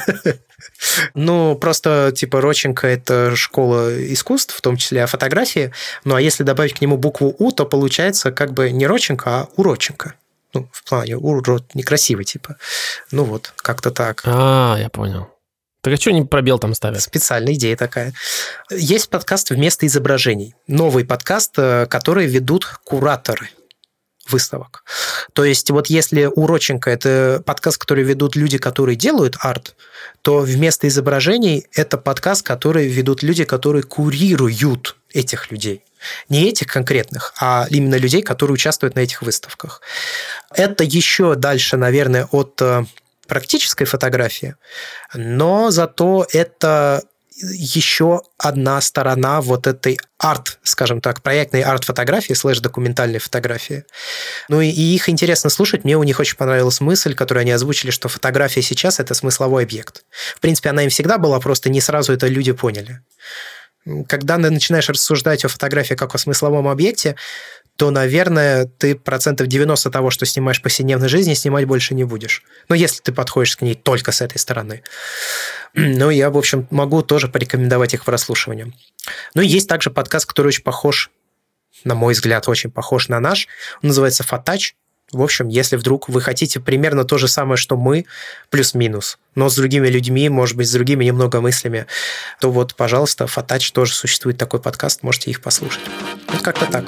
Ну, просто, типа, Родченко – это школа искусств, в том числе о фотографии. Ну, а если добавить к нему букву «У», то получается как бы не Родченко, а Уродченко. Ну, в плане урод некрасивый, типа. Ну, вот, как-то так. А, я понял. Так а что они пробел там ставят? Специальная идея такая. Есть подкаст «Вместо изображений». Новый подкаст, который ведут кураторы выставок. То есть вот если у Родченко это подкаст, который ведут люди, которые делают арт, то вместо изображений это подкаст, который ведут люди, которые курируют этих людей. Не этих конкретных, а именно людей, которые участвуют на этих выставках. Это еще дальше, наверное, от практической фотографии, но зато это еще одна сторона вот этой арт, скажем так, проектной арт-фотографии слэш-документальной фотографии. Ну и, и их интересно слушать. Мне у них очень понравилась мысль, которую они озвучили, что фотография сейчас – это смысловой объект. В принципе, она им всегда была, просто не сразу это люди поняли. Когда ты начинаешь рассуждать о фотографии как о смысловом объекте, то, наверное, ты процентов девяносто того, что снимаешь в повседневной жизни, снимать больше не будешь. Ну, если ты подходишь к ней только с этой стороны. Ну, я, в общем, могу тоже порекомендовать их к прослушиванию. Ну, и есть также подкаст, который очень похож, на мой взгляд, очень похож на наш. Он называется «Фотач». В общем, если вдруг вы хотите примерно то же самое, что мы, плюс-минус, но с другими людьми, может быть, с другими немного мыслями, то вот, пожалуйста, «Фотач» тоже существует такой подкаст, можете их послушать. Вот как-то так.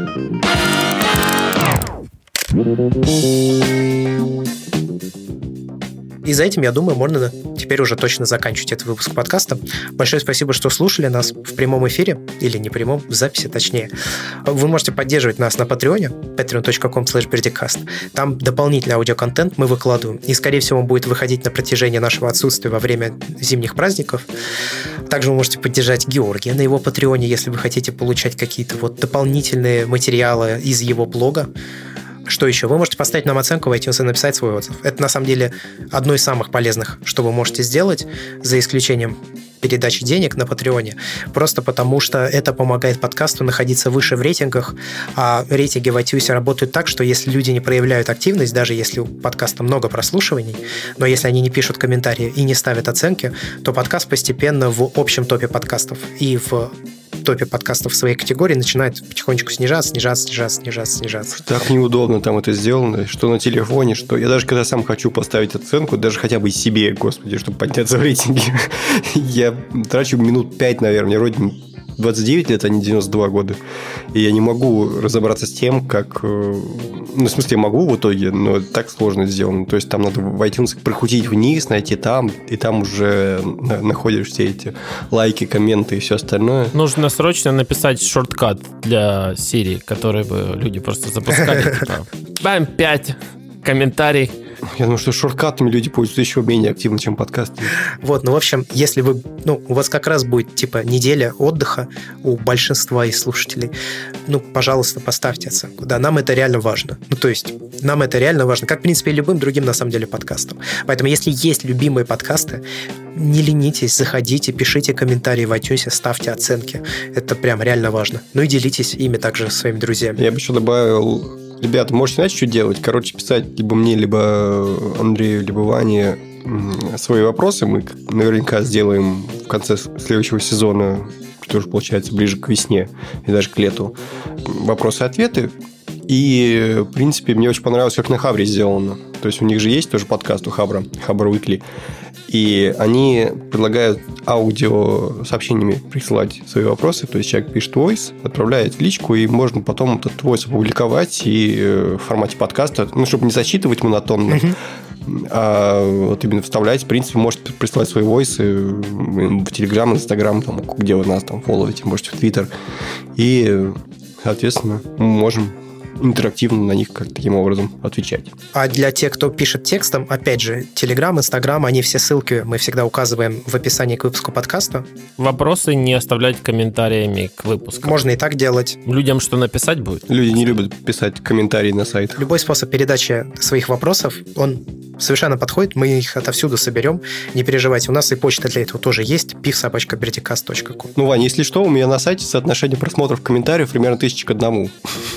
И за этим, я думаю, можно теперь уже точно заканчивать этот выпуск подкаста. Большое спасибо, что слушали нас в прямом эфире, или не прямом, в записи точнее. Вы можете поддерживать нас на Патреоне, patreon точка com слэш бердикаст. Там дополнительный аудиоконтент мы выкладываем, и, скорее всего, он будет выходить на протяжении нашего отсутствия во время зимних праздников. Также вы можете поддержать Георгия на его Патреоне, если вы хотите получать какие-то вот дополнительные материалы из его блога. Что еще? Вы можете поставить нам оценку в iTunes и написать свой отзыв. Это, на самом деле, одно из самых полезных, что вы можете сделать, за исключением передачи денег на Патреоне, просто потому что это помогает подкасту находиться выше в рейтингах, а рейтинги в iTunes работают так, что если люди не проявляют активность, даже если у подкаста много прослушиваний, но если они не пишут комментарии и не ставят оценки, то подкаст постепенно в общем топе подкастов и в топе подкастов в своей категории начинает потихонечку снижаться, снижаться, снижаться, снижаться, снижаться. Так неудобно там это сделано, что на телефоне, что я даже когда сам хочу поставить оценку, даже хотя бы себе, господи, чтобы подняться в рейтинге, я трачу минут пять, наверное, мне вроде двадцать девять лет, а не девяносто два года. И я не могу разобраться с тем, как... Ну, в смысле, я могу в итоге, но так сложно сделано. То есть, там надо в iTunes прокрутить вниз, найти там, и там уже находишь все эти лайки, комменты и все остальное. Нужно срочно написать шорткат для Siri, который бы люди просто запускали. Типа, бам, пять, комментарий. Я думаю, что шорткатами люди пользуются еще менее активно, чем подкастами. Вот, ну, в общем, если вы... Ну, у вас как раз будет, типа, неделя отдыха у большинства из слушателей, ну, пожалуйста, поставьте оценку. Да, нам это реально важно. Ну, то есть, нам это реально важно. Как, в принципе, и любым другим, на самом деле, подкастам. Поэтому, если есть любимые подкасты, не ленитесь, заходите, пишите комментарии в iTunes, ставьте оценки. Это прям реально важно. Ну, и делитесь ими также со своими друзьями. Я бы еще добавил... Ребята, можете, знаете, что делать? Короче, писать либо мне, либо Андрею, либо Ване свои вопросы. Мы наверняка сделаем в конце следующего сезона, что уже получается ближе к весне и даже к лету, вопросы-ответы. И, в принципе, мне очень понравилось, как на Хабре сделано. То есть, у них же есть тоже подкаст у Хабра, Хабр Уикли. И они предлагают аудио сообщениями присылать свои вопросы. То есть, человек пишет voice, отправляет в личку, и можно потом этот voice опубликовать и в формате подкаста, ну, чтобы не зачитывать монотонно, mm-hmm. а вот именно вставлять. В принципе, можете присылать свои войсы в Telegram, Instagram, там, где вы нас там фолловите, можете в Twitter. И, соответственно, мы можем интерактивно на них как таким образом отвечать. А для тех, кто пишет текстом, опять же, Telegram, Instagram, они все ссылки мы всегда указываем в описании к выпуску подкаста. Вопросы не оставлять комментариями к выпуску. Можно и так делать. Людям что написать будет? Люди не любят писать комментарии на сайт. Любой способ передачи своих вопросов, он совершенно подходит, мы их отовсюду соберем, не переживайте, у нас и почта для этого тоже есть, пив собака бердикаст точка ком. Ну, Вань, если что, у меня на сайте соотношение просмотров комментариев примерно тысяча к одному.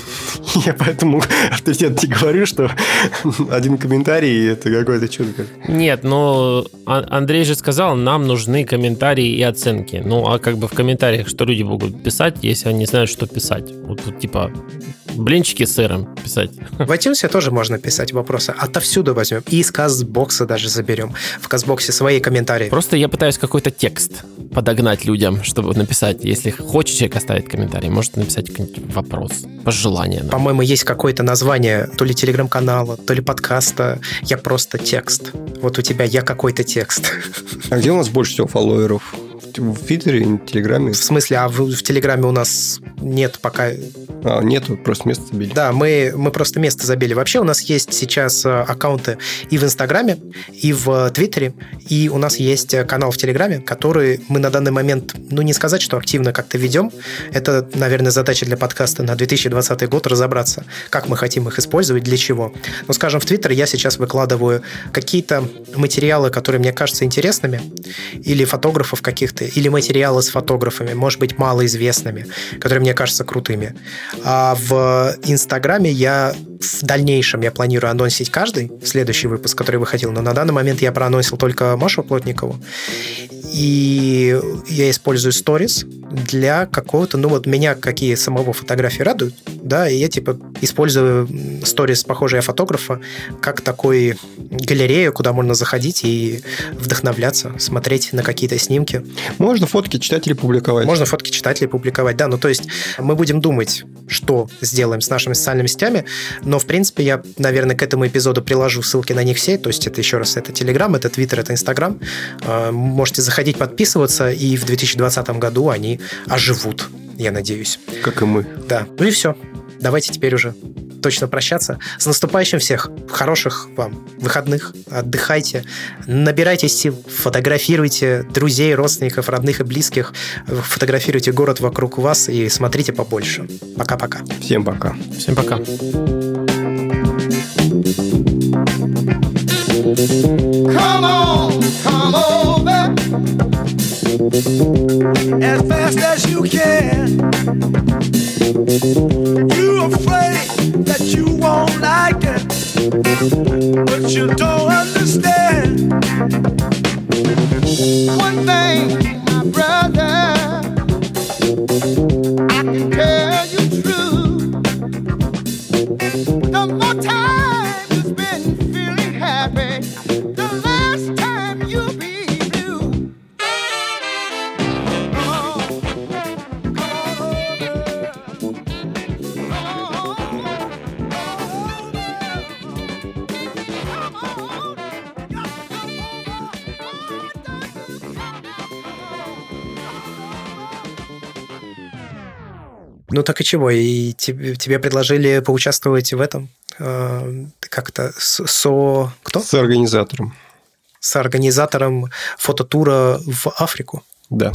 Я поэтому авторитет не говорю, что один комментарий – это какое-то чудо. Нет, но Андрей же сказал, нам нужны комментарии и оценки. Ну, а как бы в комментариях что люди могут писать, если они не знают, что писать? Вот, вот типа блинчики с сыром писать. В iTunes тоже можно писать вопросы. Отовсюду возьмем. И из Казбокса даже заберем. В Казбоксе свои комментарии. Просто я пытаюсь какой-то текст подогнать людям, чтобы написать. Если хочет человек оставить комментарий, может написать какой-нибудь вопрос, пожелание. По-моему, есть какое-то название то ли телеграм-канала, то ли подкаста. Я просто текст. Вот у тебя я какой-то текст. А где у нас больше всего фолловеров? В Твиттере, в Телеграме? В смысле, а в, в Телеграме у нас нет пока... А, нету, просто место забили. Да, мы, мы просто место забили. Вообще у нас есть сейчас аккаунты и в Инстаграме, и в Твиттере, и у нас есть канал в Телеграме, который мы на данный момент, ну, не сказать, что активно как-то ведем. Это, наверное, задача для подкаста на две тысячи двадцатый год разобраться, как мы хотим их использовать, для чего. Ну, скажем, в Твиттер я сейчас выкладываю какие-то материалы, которые мне кажутся интересными, или фотографов каких-то, или материалы с фотографами, может быть, малоизвестными, которые мне кажутся крутыми. А в Инстаграме я в дальнейшем я планирую анонсить каждый следующий выпуск, который выходил, но на данный момент я проанонсил только Машу Плотникову. И я использую сторис для какого-то, ну вот меня какие самого фотографии радуют, да, и я типа использую сторис, похожие о фотографа, как такой галерею, куда можно заходить и вдохновляться, смотреть на какие-то снимки. Можно фотки читателей публиковать. Можно фотки читателей публиковать, да, ну то есть мы будем думать, что сделаем с нашими социальными сетями, но в принципе я, наверное, к этому эпизоду приложу ссылки на них все, то есть это еще раз, это Telegram, это Twitter, это Instagram, можете заходить, подписываться, и в две тысячи двадцатом году они оживут, я надеюсь. Как и мы. Да, ну и все. Давайте теперь уже точно прощаться. С наступающим всех. Хороших вам выходных. Отдыхайте. Набирайтесь сил. Фотографируйте друзей, родственников, родных и близких. Фотографируйте город вокруг вас и смотрите побольше. Пока-пока. Всем пока. Всем пока. Come on, come over as fast as you can. You're afraid that you won't like it, but you don't understand. One thing, my brother, I can tell you true. The more time you spend feeling happy, the last time you'll be blue. Come on, come on over. Come on, come on over. Come on, just come over. Ну так и чего? И тебе, тебе предложили поучаствовать в этом? Э, как-то со... Кто? С организатором. С организатором фототура в Африку? Да.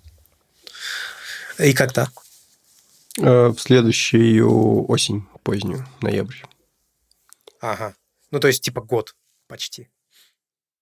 И когда? Э, В следующую осень, позднюю, ноябрь. Ага. Ну, то есть, типа, год почти.